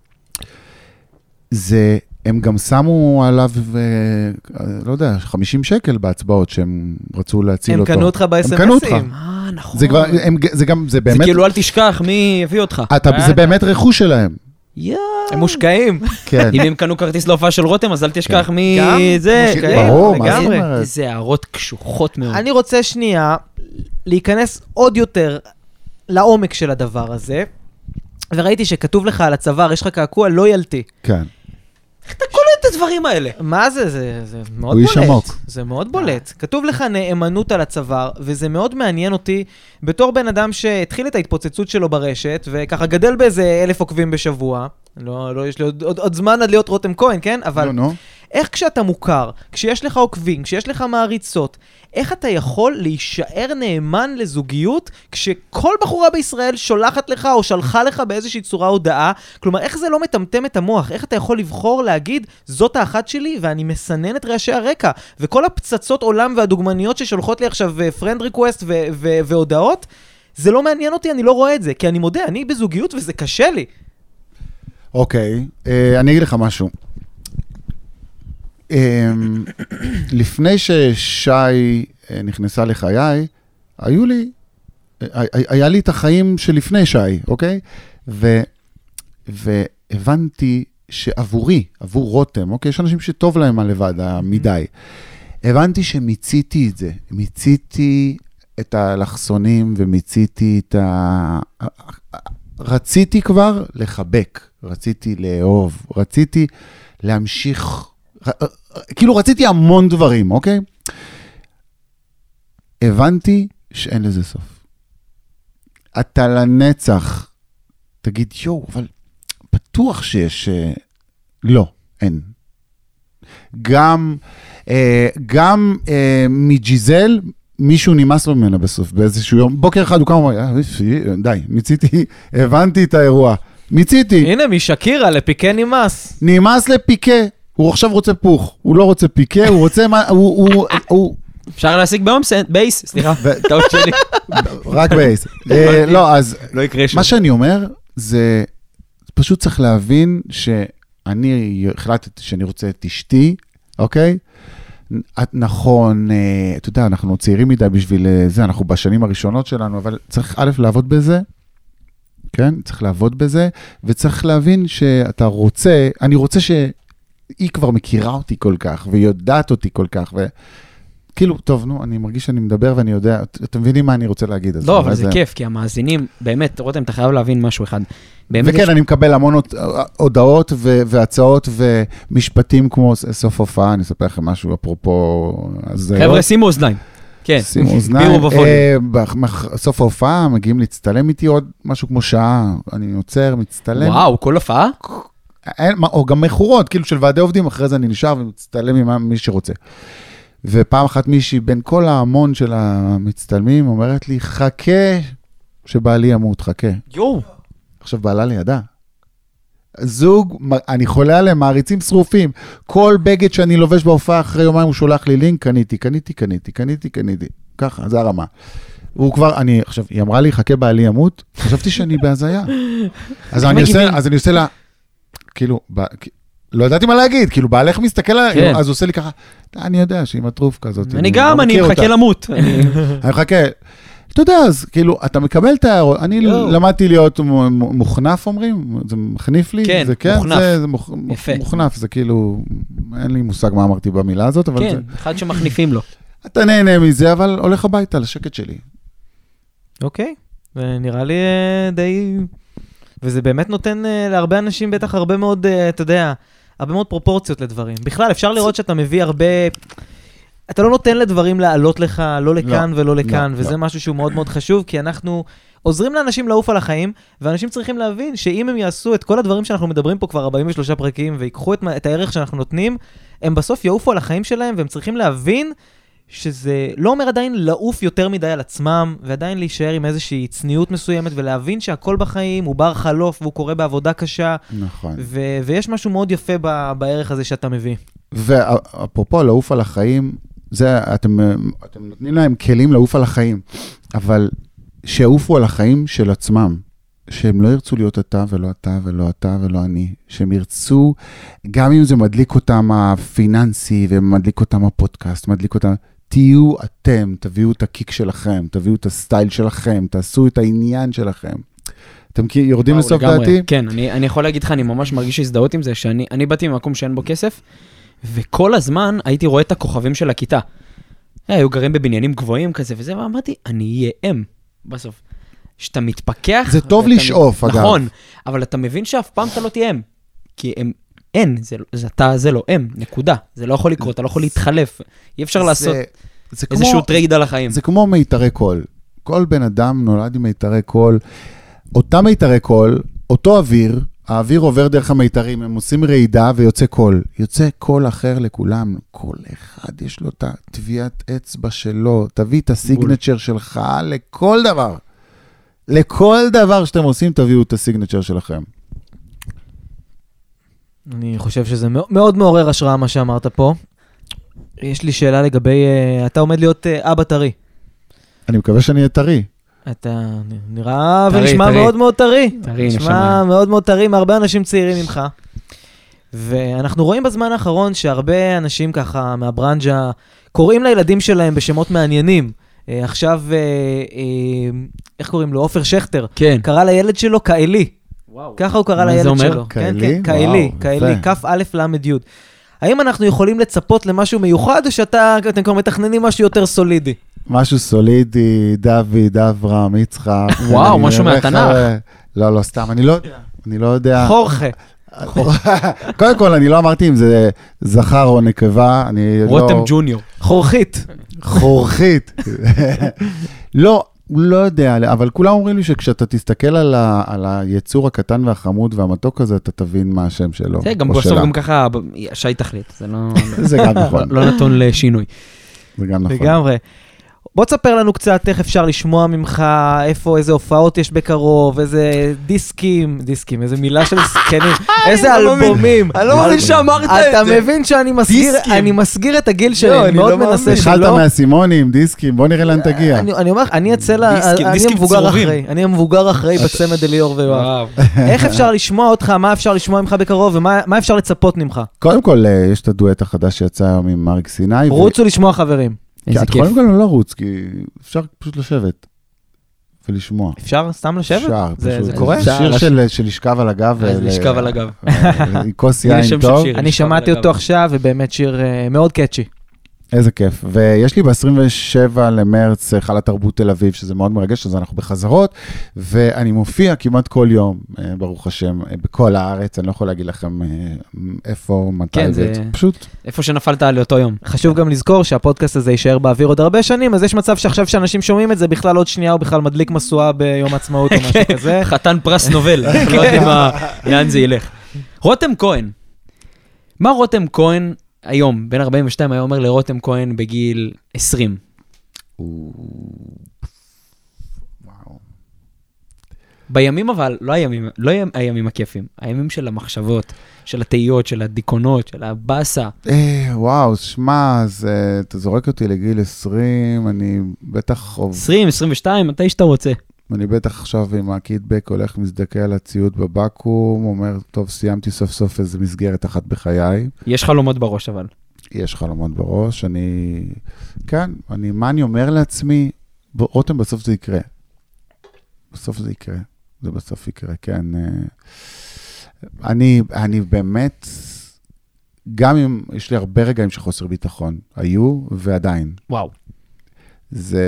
זה, הם גם שמו עליו, לא יודע, חמישים שקל בהצבעות שהם רצו להציל אותו. הם קנו אותך ב-אס אם אסים. הם קנו אותך. אה, נכון. זה כבר, זה גם, זה באמת... זה כאילו אל תשכח מי הביא אותך. זה באמת רכוש שלהם. הם מושקעים. כן. אם הם קנו כרטיס להופעה של רותם, אז אל תשכח מי זה. ברור, מה זאת אומרת? איזה הערות קשוחות מאוד. אני רוצה שנייה להיכנס עוד יותר לעומק של הדבר הזה, וראיתי שכתוב לך על הצוואר, יש לך קעקוע לא ילתי. כן. איך אתה קולט את הדברים האלה? מה זה? זה, זה מאוד הוא בולט. איש עמוק. זה מאוד בולט. כתוב לך נאמנות על הצוואר, וזה מאוד מעניין אותי, בתור בן אדם שהתחיל את ההתפוצצות שלו ברשת, וככה גדל באיזה אלף עוקבים בשבוע. לא, לא, יש לי עוד, עוד, עוד זמן עד להיות רותם כהן, כן? אבל לא, לא. איך כשאתה מוכר, כשיש לך עוקבים, כשיש לך מעריצות, איך אתה יכול להישאר נאמן לזוגיות, כשכל בחורה בישראל שולחת לך או שלחה לך באיזושהי צורה הודעה? כלומר, איך זה לא מטמטם את המוח? איך אתה יכול לבחור להגיד, זאת האחת שלי, ואני מסנן את רעשי הרקע, וכל הפצצות עולם והדוגמניות ששולחות לי עכשיו friend request ו- ו- והודעות, זה לא מעניין אותי, אני לא רואה את זה, כי אני מודה, אני בזוגיות וזה קשה לי. אוקיי, אני אגיד לך משהו. לפני ששי נכנסה לחיי, היו לי, היה לי את החיים שלפני שי, אוקיי? והבנתי שעבורי, עבור רותם, אוקיי? יש אנשים שטוב להם הלבד, מדי. הבנתי שמיציתי את זה, מיציתי את הלחסונים ומיציתי את ה... רציתי כבר לחבק, רציתי לאהוב, רציתי להמשיך, כאילו רציתי המון דברים, אוקיי? הבנתי שאין לזה סוף. אתה לנצח, תגיד, יו, אבל בטוח שיש... לא, אין. גם, אה, גם אה, מג'יזל, מישהו נמאס לו ממנה בסוף, באיזשהו יום. בוקר אחד הוא קם ואומר, די, מיציתי, הבנתי את האירוע. מיציתי. הנה, משקירה לפיקה נמאס. נמאס לפיקה. הוא עכשיו רוצה פוך. הוא לא רוצה פיקה, הוא רוצה... הוא, הוא, הוא... אפשר להשיג בייס, סליחה, טעות שלי. רק בייס. לא, אז... לא יקרה שום. מה שאני אומר, זה פשוט צריך להבין שאני החלטתי שאני רוצה את אשתי, אוקיי? נכון, אתה יודע, אנחנו צעירים מדי בשביל זה, אנחנו בשנים הראשונות שלנו, אבל צריך א' לעבוד בזה, כן? צריך לעבוד בזה, וצריך להבין שאתה רוצה, אני רוצה שהיא כבר מכירה אותי כל כך, והיא יודעת אותי כל כך, וכאילו, טוב, נו, אני מרגיש שאני מדבר ואני יודע, אתם מבינים מה אני רוצה להגיד? לא, אבל זה כיף, כי המאזינים, באמת, רותם, אתה חייב להבין משהו אחד. וכן, אני מקבל המון הודעות והצעות ומשפטים כמו סוף הופעה, אני אספר לכם משהו אפרופו... חבר'ה, שימו אוזניים. כן, שימו אוזניים. בסוף ההופעה מגיעים להצטלם איתי עוד משהו כמו שעה, אני יוצר, מצטלם. וואו, כל הופעה? או גם מחורות, כאילו של ועדי עובדים, אחרי זה אני נשאר ומצטלם עם מי שרוצה. ופעם אחת מישהי בין כל ההמון של המצטלמים אומרת לי, חכה שבעלי ימות, חכה. יואו. עכשיו בעלה לידה. זוג, אני חולה עליהם, מעריצים שרופים. כל בגד שאני לובש בהופעה אחרי יומיים הוא שולח לי לינק, קניתי, קניתי, קניתי, קניתי, קניתי. ככה, זה הרמה. והוא כבר, אני, עכשיו, היא אמרה לי, חכה בעלי ימות, חשבתי שאני בהזיה. אז אני עושה, אז אני עושה לה, כאילו, לא ידעתי מה להגיד, כאילו, בעלך מסתכל עליי, אז הוא עושה לי ככה, אני יודע שהיא מטרוף כזאת. אני גם, אני מחכה למות. אני מחכה. אתה יודע, אז כאילו, אתה מקבל את ההערות, אני למדתי להיות מוכנף, אומרים, זה מכניף לי, כן, זה כן, מוכנף, זה יפה. מוכנף, זה כאילו, אין לי מושג מה אמרתי במילה הזאת, אבל זה... כן, אחד שמכניפים לו. אתה נהנה מזה, אבל הולך הביתה לשקט שלי. אוקיי, ונראה לי די... וזה באמת נותן להרבה אנשים בטח הרבה מאוד, אתה יודע, הרבה מאוד פרופורציות לדברים. בכלל, אפשר לראות שאתה מביא הרבה... אתה לא נותן לדברים לעלות לך, לא לכאן ולא לכאן, וזה משהו שהוא מאוד מאוד חשוב, כי אנחנו עוזרים לאנשים לעוף על החיים, ואנשים צריכים להבין שאם הם יעשו את כל הדברים שאנחנו מדברים פה כבר ארבעים ושלושה פרקים, ויקחו את, את הערך שאנחנו נותנים, הם בסוף יעופו על החיים שלהם, והם צריכים להבין שזה לא אומר עדיין לעוף יותר מדי על עצמם, ועדיין להישאר עם איזושהי צניעות מסוימת, ולהבין שהכל בחיים הוא בר חלוף, והוא קורה בעבודה קשה, נכון. ו- ויש משהו מאוד יפה ב- בערך הזה שאתה מביא. ואפרופו לעוף על החיים, זה, אתם, אתם נותנים להם כלים לעוף על החיים, אבל שיעופו על החיים של עצמם, שהם לא ירצו להיות אתה ולא אתה ולא אתה ולא אני, שהם ירצו, גם אם זה מדליק אותם הפיננסי, ומדליק אותם הפודקאסט, מדליק אותם, תהיו אתם, תביאו את הקיק שלכם, תביאו את הסטייל שלכם, תעשו את העניין שלכם. אתם יורדים לסוף דעתי? כן, אני, אני יכול להגיד לך, אני ממש מרגיש הזדהות עם זה, שאני אני באתי ממקום שאין בו כסף, וכל הזמן הייתי רואה את הכוכבים של הכיתה. היו גרים בבניינים גבוהים כזה וזה, ואמרתי, אני אהיה אם בסוף. שאתה מתפקח... זה טוב לשאוף, אגב. נכון, אבל אתה מבין שאף פעם אתה לא תהיה אם. כי הם, אין, זה, זה, אתה, זה לא אם, נקודה. זה לא יכול לקרות, אתה לא יכול להתחלף. אי אפשר לעשות איזשהו טרייד על החיים. זה כמו מיתרי קול. כל בן אדם נולד עם מיתרי קול. אותם מיתרי קול, אותו אוויר, האוויר עובר דרך המיתרים, הם עושים רעידה ויוצא קול. יוצא קול אחר לכולם. כל אחד יש לו את טביעת אצבע שלו. תביא את הסיגנצ'ר שלך לכל דבר. לכל דבר שאתם עושים, תביאו את הסיגנצ'ר שלכם. אני חושב שזה מאוד מעורר השראה מה שאמרת פה. יש לי שאלה לגבי, אתה עומד להיות אבא טרי. אני מקווה שאני אהיה טרי. אתה נראה ונשמע מאוד מאוד טרי. נשמע מאוד מאוד טרי מהרבה אנשים צעירים ממך. ואנחנו רואים בזמן האחרון שהרבה אנשים ככה מהברנג'ה קוראים לילדים שלהם בשמות מעניינים. עכשיו, איך קוראים לו? עופר שכטר. כן. קרא לילד שלו כאלי. ככה הוא קרא לילד שלו. כאלי? כאלי, כאלי, כף א' למד י'. האם אנחנו יכולים לצפות למשהו מיוחד, או שאתם כבר מתכננים משהו יותר סולידי? משהו סולידי, דוד, אברהם, יצחק. וואו, משהו מהתנ"ך. לא, לא, סתם, אני לא יודע. אני לא יודע. חורכה. קודם כל, אני לא אמרתי אם זה זכר או נקבה, אני לא... רותם ג'וניור. חורכית. חורכית. לא, לא יודע, אבל כולם אומרים לי שכשאתה תסתכל על, ה, על היצור הקטן והחמוד והמתוק הזה, אתה תבין מה השם שלו. זה גם בסוף גם ככה, שי תחליט, זה לא... זה גם נכון. לא נתון לשינוי. זה גם נכון. לגמרי. בוא תספר לנו קצת איך אפשר לשמוע ממך, איפה, איזה הופעות יש בקרוב, איזה דיסקים, דיסקים, איזה מילה של סקנים, איזה אלבומים. אני לא מאמין שאמרת את זה. אתה מבין שאני מסגיר, אני מסגיר את הגיל שלי, אני מאוד מנסה שלא. התחלת מהסימונים, דיסקים, בוא נראה לאן תגיע. אני אומר, אני אצא ל... אני המבוגר אחרי, אני המבוגר אחרי בצמד אליאור ויואב. איך אפשר לשמוע אותך, מה אפשר לשמוע ממך בקרוב, ומה אפשר לצפות ממך? קודם כל, יש את הדואט החדש שיצא היום עם מרק סיני. רוצו לשמוע חברים. איזה את כיף. יכולים גם לא לרוץ, כי אפשר פשוט לשבת ולשמוע. אפשר סתם לשבת? אפשר, זה, פשוט. זה קורה? שיר של, של לשכב על הגב. אז לשכב על הגב. כוס יין טוב. אני שמעתי אותו עכשיו, ובאמת שיר מאוד קאצ'י. איזה כיף. ויש לי ב-עשרים ושבעה למרץ חל התרבות תל אביב, שזה מאוד מרגש, אז אנחנו בחזרות, ואני מופיע כמעט כל יום, ברוך השם, בכל הארץ, אני לא יכול להגיד לכם איפה, מתי, כן, זה... פשוט. איפה שנפלת על אותו יום. חשוב גם לזכור שהפודקאסט הזה יישאר באוויר עוד הרבה שנים, אז יש מצב שעכשיו שאנשים שומעים את זה, בכלל עוד שנייה הוא בכלל מדליק משואה ביום העצמאות או משהו כזה. חתן פרס נובל, אנחנו לא יודעים לאן זה ילך. רותם כהן. מה רותם כהן היום, בין ארבעים ושתיים, היה אומר לרותם כהן בגיל עשרים. וואו. בימים אבל, לא הימים, לא הימים הכיפים, הימים של המחשבות, של התהיות, של הדיכאונות, של הבאסה. וואו, שמע, אתה זורק אותי לגיל עשרים, אני בטח... עשרים, עשרים ושתיים, מתי שאתה רוצה. אני בטח עכשיו עם הקידבק הולך מזדכה על הציוד בבקום, אומר, טוב, סיימתי סוף סוף איזו מסגרת אחת בחיי. יש חלומות בראש אבל. יש חלומות בראש, אני... כן, אני, מה אני אומר לעצמי? רותם, בסוף זה יקרה. בסוף זה יקרה. זה בסוף יקרה, כן. אני, אני באמת, גם אם יש לי הרבה רגעים של חוסר ביטחון, היו ועדיין. וואו. זה...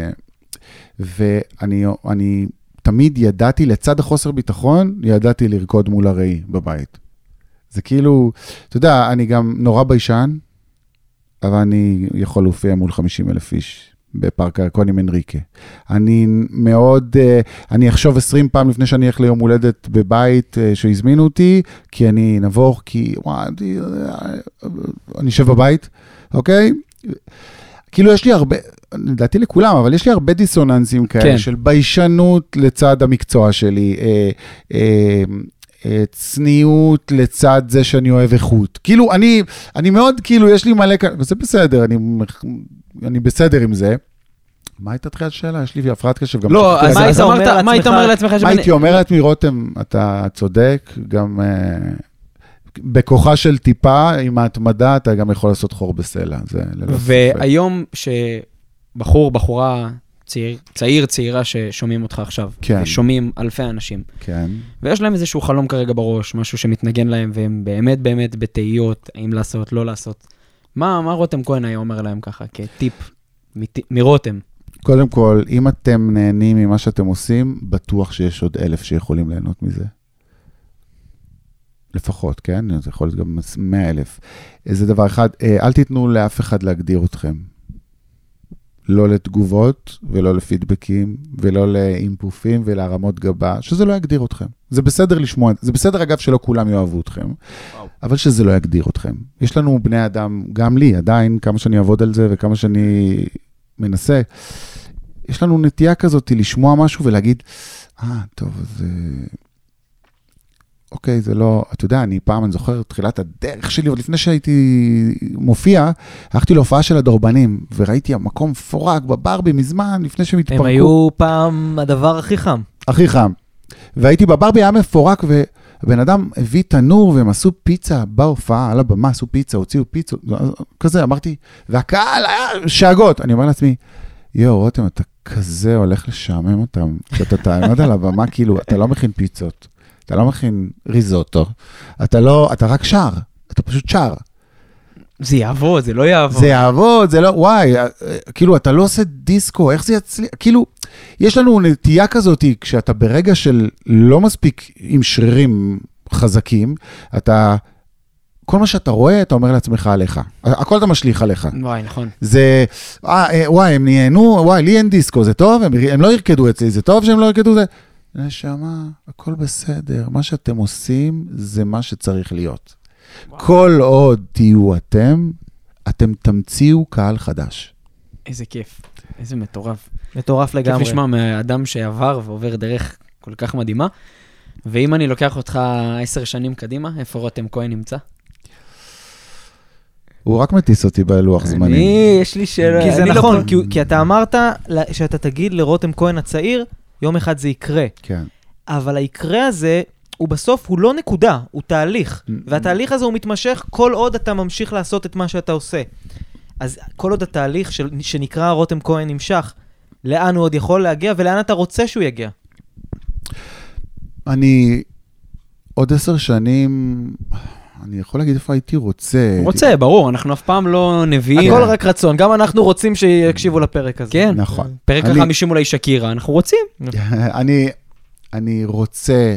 ואני אני תמיד ידעתי, לצד החוסר ביטחון, ידעתי לרקוד מול הראי בבית. זה כאילו, אתה יודע, אני גם נורא ביישן, אבל אני יכול להופיע מול חמישים אלף איש בפארק הירקון עם אנריקה. אני מאוד, אני אחשוב עשרים פעם לפני שאני אלך ליום הולדת בבית שהזמינו אותי, כי אני נבוך, כי וואי, אני אשב בבית, אוקיי? כאילו יש לי הרבה, לדעתי לכולם, אבל יש לי הרבה דיסוננסים כאלה, כן. של ביישנות לצד המקצוע שלי, אה, אה, אה, צניעות לצד זה שאני אוהב איכות. כאילו, אני, אני מאוד, כאילו, יש לי מלא, וזה בסדר, אני, אני בסדר עם זה. מה הייתה תחילת שאלה? יש לי הפרעת קשב. גם לא, אז מה היית אומר לעצמך? מה הייתי אומר לעצמי, רותם, אתה צודק, גם... בכוחה של טיפה, עם ההתמדה, אתה גם יכול לעשות חור בסלע. והיום שבחור, בחורה, צעיר, צעיר, צעירה ששומעים אותך עכשיו, כן. שומעים אלפי אנשים, כן. ויש להם איזשהו חלום כרגע בראש, משהו שמתנגן להם, והם באמת באמת בתהיות, האם לעשות, לא לעשות. מה, מה רותם כהן היה אומר להם ככה, כטיפ מרותם? קודם כל, אם אתם נהנים ממה שאתם עושים, בטוח שיש עוד אלף שיכולים ליהנות מזה. לפחות, כן? זה יכול להיות גם מאה אלף. זה דבר אחד, אל תיתנו לאף אחד להגדיר אתכם. לא לתגובות, ולא לפידבקים, ולא לאימפופים, ולהרמות גבה, שזה לא יגדיר אתכם. זה בסדר לשמוע, זה בסדר אגב שלא כולם יאהבו אתכם, וואו. אבל שזה לא יגדיר אתכם. יש לנו בני אדם, גם לי, עדיין, כמה שאני אעבוד על זה, וכמה שאני מנסה, יש לנו נטייה כזאת לשמוע משהו ולהגיד, אה, טוב, אז... אוקיי, זה לא, אתה יודע, אני פעם, אני זוכר, תחילת הדרך שלי, עוד לפני שהייתי מופיע, הלכתי להופעה של הדורבנים, וראיתי המקום פורק בברבי מזמן, לפני שהם התפרקו. הם היו פעם הדבר הכי חם. הכי חם. והייתי בברבי, היה מפורק, ובן אדם הביא תנור, והם עשו פיצה בהופעה, על הבמה, עשו פיצה, הוציאו פיצה, כזה, אמרתי, והקהל היה שאגות. אני אומר לעצמי, יו, רותם, אתה כזה הולך לשעמם אותם, שאתה תעמד על הבמה, כאילו, אתה לא מכין פיצות. אתה לא מכין ריזוטו, אתה לא, אתה רק שר, אתה פשוט שר. זה יעבוד, זה לא יעבוד. זה יעבוד, זה לא, וואי, כאילו, אתה לא עושה דיסקו, איך זה יצליח? כאילו, יש לנו נטייה כזאת, כשאתה ברגע של לא מספיק עם שרירים חזקים, אתה, כל מה שאתה רואה, אתה אומר לעצמך עליך. הכל אתה משליך עליך. וואי, נכון. זה, וואי, הם נהנו, וואי, לי אין דיסקו, זה טוב, הם, הם לא ירקדו אצלי, זה טוב שהם לא ירקדו, זה... נשמה, הכל בסדר, מה שאתם עושים, זה מה שצריך להיות. וואו. כל עוד תהיו אתם, אתם תמציאו קהל חדש. איזה כיף, איזה מטורף. מטורף לגמרי. כיף לשמוע מאדם שעבר ועובר דרך כל כך מדהימה. ואם אני לוקח אותך עשר שנים קדימה, איפה רותם כהן נמצא? הוא רק מטיס אותי בלוח זמנים. אני, יש לי שאלה. כי זה נכון, כי אתה אמרת שאתה תגיד לרותם כהן הצעיר, יום אחד זה יקרה. כן. אבל היקרה הזה, הוא בסוף, הוא לא נקודה, הוא תהליך. והתהליך הזה הוא מתמשך כל עוד אתה ממשיך לעשות את מה שאתה עושה. אז כל עוד התהליך שנקרא רותם כהן נמשך, לאן הוא עוד יכול להגיע ולאן אתה רוצה שהוא יגיע? אני עוד עשר שנים, אני יכול להגיד איפה הייתי רוצה. רוצה, ברור, אנחנו אף פעם לא נביאים. הכל רק רצון, גם אנחנו רוצים שיקשיבו לפרק הזה. כן, נכון. פרק החמישים אולי שקירה, אנחנו רוצים. אני, אני רוצה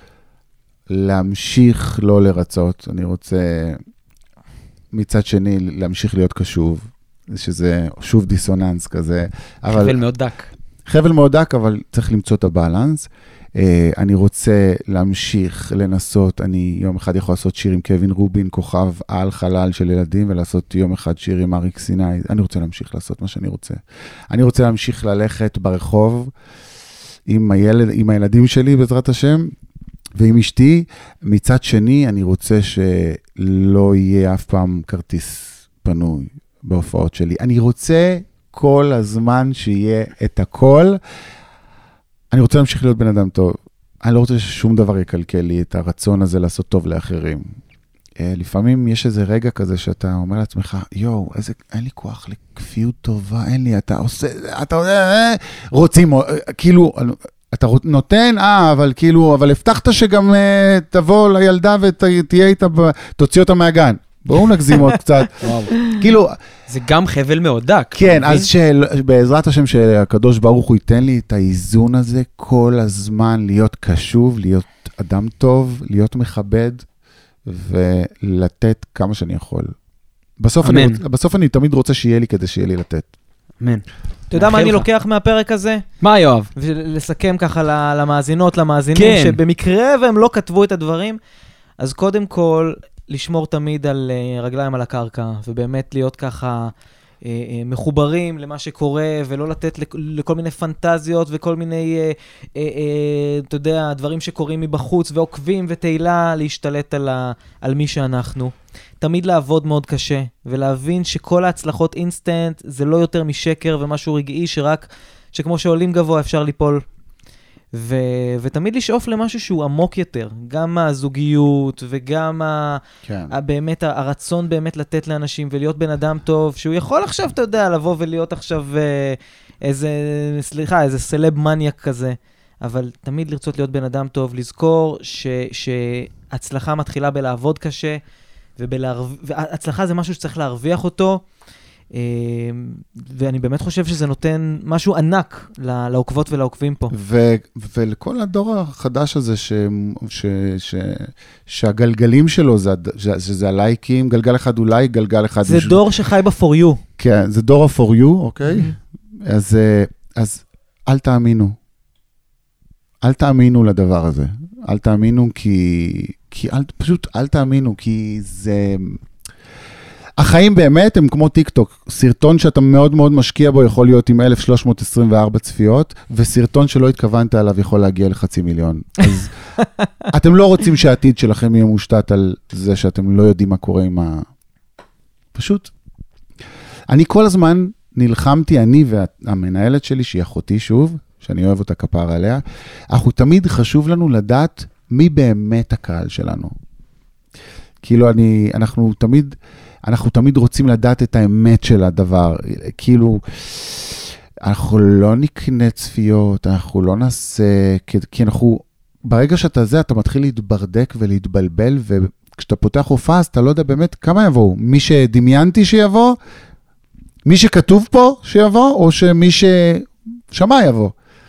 להמשיך לא לרצות, אני רוצה מצד שני להמשיך להיות קשוב, שזה שוב דיסוננס כזה. חבל מאוד דק. חבל מאוד דק, אבל צריך למצוא את הבאלנס. אני רוצה להמשיך לנסות, אני יום אחד יכול לעשות שיר עם קווין רובין, כוכב על חלל של ילדים, ולעשות יום אחד שיר עם אריק סיני. אני רוצה להמשיך לעשות מה שאני רוצה. אני רוצה להמשיך ללכת ברחוב עם הילד, עם הילדים שלי בעזרת השם, ועם אשתי. מצד שני, אני רוצה שלא יהיה אף פעם כרטיס פנוי בהופעות שלי. אני רוצה כל הזמן שיהיה את הכל. אני רוצה להמשיך להיות בן אדם טוב. אני לא רוצה ששום דבר יקלקל לי את הרצון הזה לעשות טוב לאחרים. לפעמים יש איזה רגע כזה שאתה אומר לעצמך, יואו, איזה, אין לי כוח לכפיות טובה, אין לי, אתה עושה, אתה אה, רוצים, כאילו, אתה נותן, אה, אבל כאילו, אבל הבטחת שגם אה, תבוא לילדה ותהיה איתה, תוציא אותה מהגן. בואו נגזים עוד קצת. כאילו... זה גם חבל מאוד דק. כן, אז בעזרת השם שהקדוש ברוך הוא ייתן לי את האיזון הזה, כל הזמן להיות קשוב, להיות אדם טוב, להיות מכבד, ולתת כמה שאני יכול. בסוף אני, בסוף אני תמיד רוצה שיהיה לי כדי שיהיה לי לתת. אמן. אתה יודע מה אני לוקח מהפרק הזה? מה, יואב? ולסכם ככה למאזינות, למאזינים, כן. שבמקרה והם לא כתבו את הדברים, אז קודם כל... לשמור תמיד על uh, רגליים על הקרקע, ובאמת להיות ככה uh, uh, מחוברים למה שקורה, ולא לתת לכ- לכל מיני פנטזיות, וכל מיני, uh, uh, uh, אתה יודע, דברים שקורים מבחוץ, ועוקבים ותהילה, להשתלט על, ה- על מי שאנחנו. תמיד לעבוד מאוד קשה, ולהבין שכל ההצלחות אינסטנט, זה לא יותר משקר ומשהו רגעי, שרק, שכמו שעולים גבוה אפשר ליפול. ו... ותמיד לשאוף למשהו שהוא עמוק יותר, גם הזוגיות וגם ה... כן. ה... באמת הרצון באמת לתת לאנשים ולהיות בן אדם טוב, שהוא יכול עכשיו, אתה יודע, לבוא ולהיות עכשיו איזה, סליחה, איזה סלב מניאק כזה, אבל תמיד לרצות להיות בן אדם טוב, לזכור ש... שהצלחה מתחילה בלעבוד קשה, ובלהרו... והצלחה זה משהו שצריך להרוויח אותו, ואני באמת חושב שזה נותן משהו ענק לעוקבות ולעוקבים פה. ו- ולכל הדור החדש הזה, ש- ש- ש- שהגלגלים שלו זה, זה, זה הלייקים, גלגל אחד הוא לייק, גלגל אחד... זה משהו... דור שחי ב-for you. כן, זה דור ה-for you, אוקיי? Mm-hmm. אז, אז אל תאמינו. אל תאמינו לדבר הזה. אל תאמינו כי... כי אל, פשוט אל תאמינו, כי זה... החיים באמת הם כמו טיק טוק, סרטון שאתה מאוד מאוד משקיע בו יכול להיות עם אלף שלוש מאות עשרים וארבע צפיות, וסרטון שלא התכוונת עליו יכול להגיע לחצי מיליון. אז אתם לא רוצים שהעתיד שלכם יהיה מושתת על זה שאתם לא יודעים מה קורה עם ה... פשוט. אני כל הזמן נלחמתי, אני והמנהלת שלי, שהיא אחותי שוב, שאני אוהב אותה כפרה עליה, אנחנו תמיד חשוב לנו לדעת מי באמת הקהל שלנו. כאילו אני, אנחנו תמיד... אנחנו תמיד רוצים לדעת את האמת של הדבר, כאילו, אנחנו לא נקנה צפיות, אנחנו לא נעשה, כי אנחנו, ברגע שאתה זה, אתה מתחיל להתברדק ולהתבלבל, וכשאתה פותח הופעה, אז אתה לא יודע באמת כמה יבואו, מי שדמיינתי שיבוא, מי שכתוב פה שיבוא, או שמי ששמע יבוא.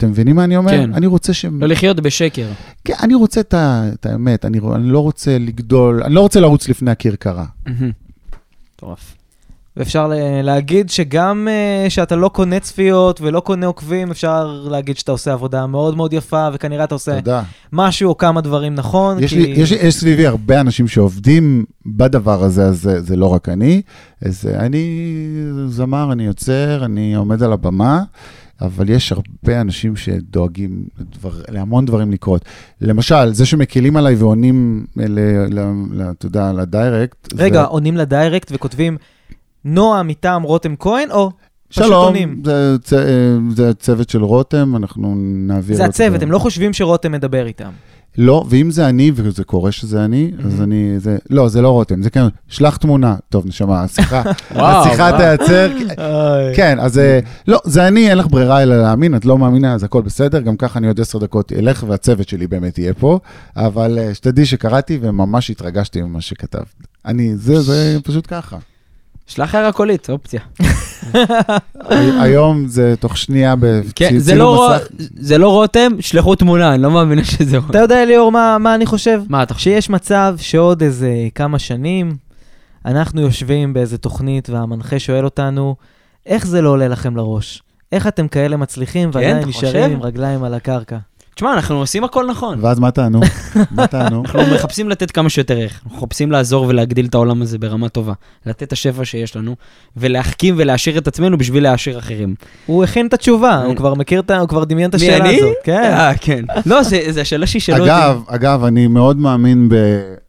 אתם מבינים מה אני אומר? כן. אני רוצה שהם... לא לחיות בשקר. כן, אני רוצה את, ה... את האמת, אני... אני לא רוצה לגדול, אני לא רוצה לרוץ לפני הכרכרה. טורף. ואפשר ל- להגיד שגם uh, שאתה לא קונה צפיות ולא קונה עוקבים, אפשר להגיד שאתה עושה עבודה מאוד מאוד יפה, וכנראה אתה עושה תודה. משהו או כמה דברים נכון. יש, כי... לי, יש, יש סביבי הרבה אנשים שעובדים בדבר הזה, אז זה, זה לא רק אני. אז אני זמר, אני יוצר, אני עומד על הבמה, אבל יש הרבה אנשים שדואגים לדבר, להמון דברים לקרות. למשל, זה שמקילים עליי ועונים, ל, ל, ל, אתה יודע, לדיירקט. רגע, זה... עונים לדיירקט וכותבים, נועה מטעם רותם כהן, או פשוט שלום, עונים? זה, זה, זה הצוות של רותם, אנחנו נעביר... זה הצוות, הם לא חושבים שרותם מדבר איתם. לא, ואם זה אני, וזה קורה שזה אני, אז אני, זה, לא, זה לא רותם, זה כן, שלח תמונה, טוב, נשמע, השיחה, השיחה תייצר, כן, אז לא, זה אני, אין לך ברירה אלא להאמין, את לא מאמינה, אז הכל בסדר, גם ככה אני עוד עשר דקות אלך, והצוות שלי באמת יהיה פה, אבל שתדעי שקראתי, וממש התרגשתי ממה שכתבת. אני, זה, זה פשוט ככה. שלח הערה קולית, אופציה. היום זה תוך שנייה בצילום מסך. זה לא רותם, שלחו תמונה, אני לא מאמינה שזה רותם. אתה יודע, ליאור, מה אני חושב? מה אתה חושב? שיש מצב שעוד איזה כמה שנים, אנחנו יושבים באיזה תוכנית, והמנחה שואל אותנו, איך זה לא עולה לכם לראש? איך אתם כאלה מצליחים, ועדיין נשארים עם רגליים על הקרקע? תשמע, אנחנו עושים הכל נכון. ואז מה תענו? מה תענו? אנחנו מחפשים לתת כמה שיותר ערך. אנחנו מחפשים לעזור ולהגדיל את העולם הזה ברמה טובה. לתת את השפע שיש לנו, ולהחכים ולהשאיר את עצמנו בשביל להשאיר אחרים. הוא הכין את התשובה, הוא כבר מכיר, הוא כבר דמיין את השאלה הזאת. מי, אני? כן. אה, כן. לא, זה השאלה שישאלו אותי. אגב, אגב, אני מאוד מאמין ב...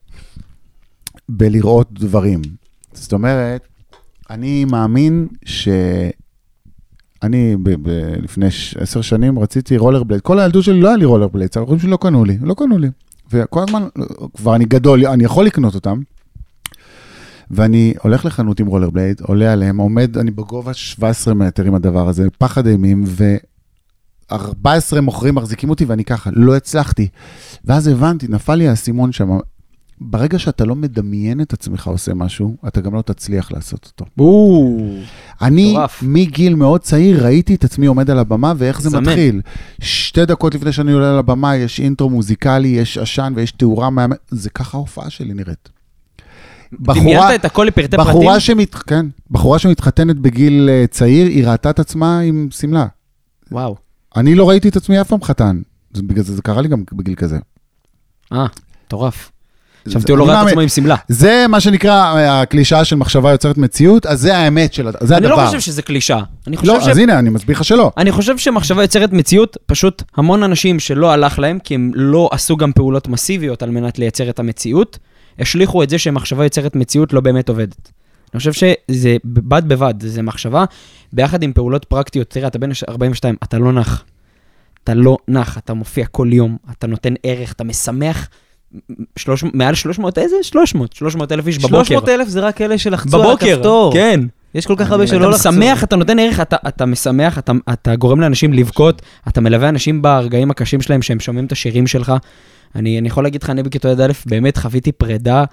בלראות דברים. זאת אומרת, אני מאמין ש... אני ב- ב- לפני עשר שנים רציתי רולר בלייד, כל הילדות שלי לא היה לי רולר בלייד, ההורים שלי לא קנו לי, לא קנו לי. וכל הזמן, כבר אני גדול, אני יכול לקנות אותם, ואני הולך לחנות עם רולר בלייד, עולה עליהם, עומד, אני בגובה שבע עשרה מטר עם הדבר הזה, פחד אימים, ו-ארבע עשרה מוכרים מחזיקים אותי, ואני ככה, לא הצלחתי. ואז הבנתי, נפל לי הסימון שם, ברגע שאתה לא מדמיין את עצמך עושה משהו, אתה גם לא תצליח לעשות אותו. אני מגיל מאוד צעיר ראיתי את עצמי עומד על הבמה, ואיך זה מתחיל. שתי דקות לפני שאני עולה על הבמה, יש אינטרו מוזיקלי, יש עשן ויש תאורה, זה ככה ההופעה שלי נראית. דמיינת את הכל לפרטי פרטים? בחורה שמת, כן, בחורה שמתחתנת בגיל צעיר, היא ראתה את עצמה עם סמלה. וואו. אני לא ראיתי את עצמי אף פעם חתן. בגלל זה, זה קרה לי גם בגיל כזה. אה, טורף. חשבתי הוא לא ראה את עצמו עם סמלה. זה מה שנקרא הקלישאה של מחשבה יוצרת מציאות, אז זה האמת של זה הדבר. אני לא חושב שזה קלישאה. לא, אז הנה, אני מסביר לך שלא. אני חושב שמחשבה יוצרת מציאות, פשוט המון אנשים שלא הלך להם, כי הם לא עשו גם פעולות מסיביות על מנת לייצר את המציאות, השליחו את זה שמחשבה יוצרת מציאות לא באמת עובדת. אני חושב שזה בד בבד, זה מחשבה, ביחד עם פעולות פרקטיות. תראה, אתה בן ארבעים ושתיים, אתה לא נח. אתה לא נח, אתה מופיע כל יום, אתה נותן ערך, אתה משמח, שלוש, מעל שלוש מאות, איזה? שלוש מאות, שלוש מאות אלף איש בבוקר. שלוש מאות אלף זה רק אלה שלחצו על הכפתור. בבוקר, כן. יש כל כך הרבה שלא לחצו. אתה משמח, אתה נותן ערך, אתה, אתה משמח, אתה, אתה גורם לאנשים לבכות, אתה מלווה אנשים ברגעים הקשים שלהם, שהם שומעים את השירים שלך. אני, אני יכול להגיד לך, אני בכיתה י"א, באמת חוויתי פרידה,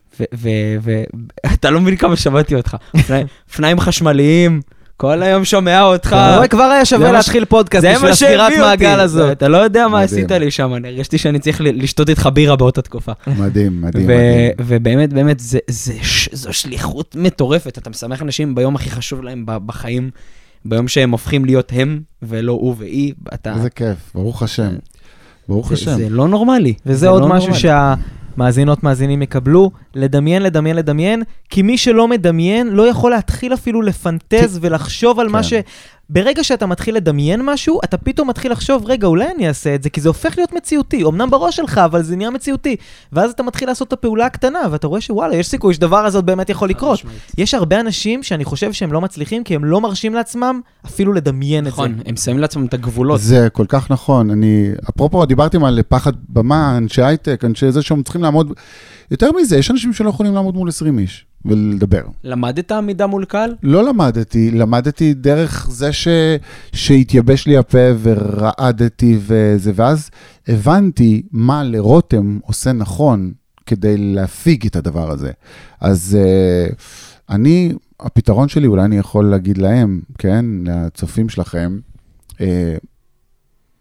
ואתה לא מבין כמה שמעתי אותך. פניים חשמליים, כל היום שומע אותך. כבר היה שווה להתחיל פודקאסט בשביל הסגירת מעגל הזאת. אתה לא יודע מה עשית לי שם, אני הרגשתי שאני צריך לשתות איתך בירה באותה תקופה. מדהים, מדהים. ובאמת, באמת, זו שליחות מטורפת. אתה משמח אנשים ביום הכי חשוב להם בחיים, ביום שהם הופכים להיות הם, ולא הוא והיא. איזה כיף, ברוך השם. ברוך השם. זה לא נורמלי. וזה עוד משהו שה... מאזינות, מאזינים יקבלו, לדמיין, לדמיין, לדמיין, כי מי שלא מדמיין לא יכול להתחיל אפילו לפנטז ולחשוב על מה ש... ברגע שאתה מתחיל לדמיין משהו, אתה פתאום מתחיל לחשוב, רגע, אולי אני אעשה את זה, כי זה הופך להיות מציאותי, אמנם בראש שלך, אבל זה נהיה מציאותי. ואז אתה מתחיל לעשות את הפעולה הקטנה, ואתה רואה שוואלה, יש סיכוי שדבר הזאת באמת יכול לקרות. יש הרבה אנשים שאני חושב שהם לא מצליחים, כי הם לא מרשים לעצמם אפילו לדמיין את זה. נכון, הם שמים לעצמם את הגבולות. זה כל כך נכון. אני, אפרופו, דיברתם על פחד במה, אנשי הייטק, אנשי זה שהם צריכים לעמוד, יותר מזה, יש אנשים שלא יכולים לעמוד מול עשרים איש. ולדבר. למדת עמידה מול קהל? לא למדתי, למדתי דרך זה ש... שהתייבש לי הפה ורעדתי וזה, ואז הבנתי מה לרותם עושה נכון כדי להפיג את הדבר הזה. אז uh, אני, הפתרון שלי, אולי אני יכול להגיד להם, כן, לצופים שלכם, uh,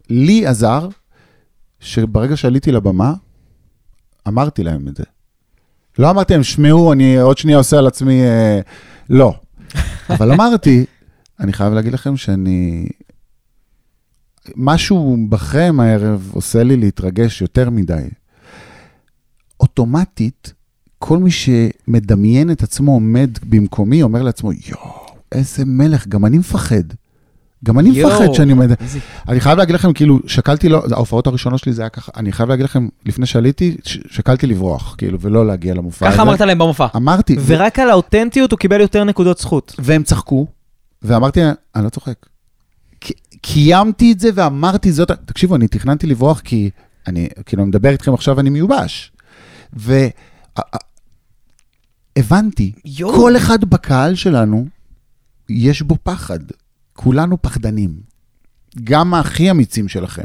לי עזר, שברגע שעליתי לבמה, אמרתי להם את זה. לא אמרתי להם, שמעו, אני עוד שנייה עושה על עצמי, אה, לא. אבל אמרתי, אני חייב להגיד לכם שאני, משהו בכם הערב עושה לי להתרגש יותר מדי. אוטומטית, כל מי שמדמיין את עצמו עומד במקומי, אומר לעצמו, יואו, איזה מלך, גם אני מפחד. גם אני מפחד שאני עומד. אני חייב להגיד לכם, כאילו, שקלתי לו, ההופעות הראשונות שלי זה היה ככה, אני חייב להגיד לכם, לפני שעליתי, שקלתי לברוח, כאילו, ולא להגיע למופע הזה. ככה אמרת להם במופע. אמרתי. ורק על האותנטיות הוא קיבל יותר נקודות זכות. והם צחקו, ואמרתי, אני לא צוחק. קיימתי את זה ואמרתי זאת, תקשיבו, אני תכננתי לברוח כי אני, כאילו, אני מדבר איתכם עכשיו, אני מיובש. והבנתי, כל אחד בקהל שלנו, יש בו פחד. כולנו פחדנים. גם הכי אמיצים שלכם.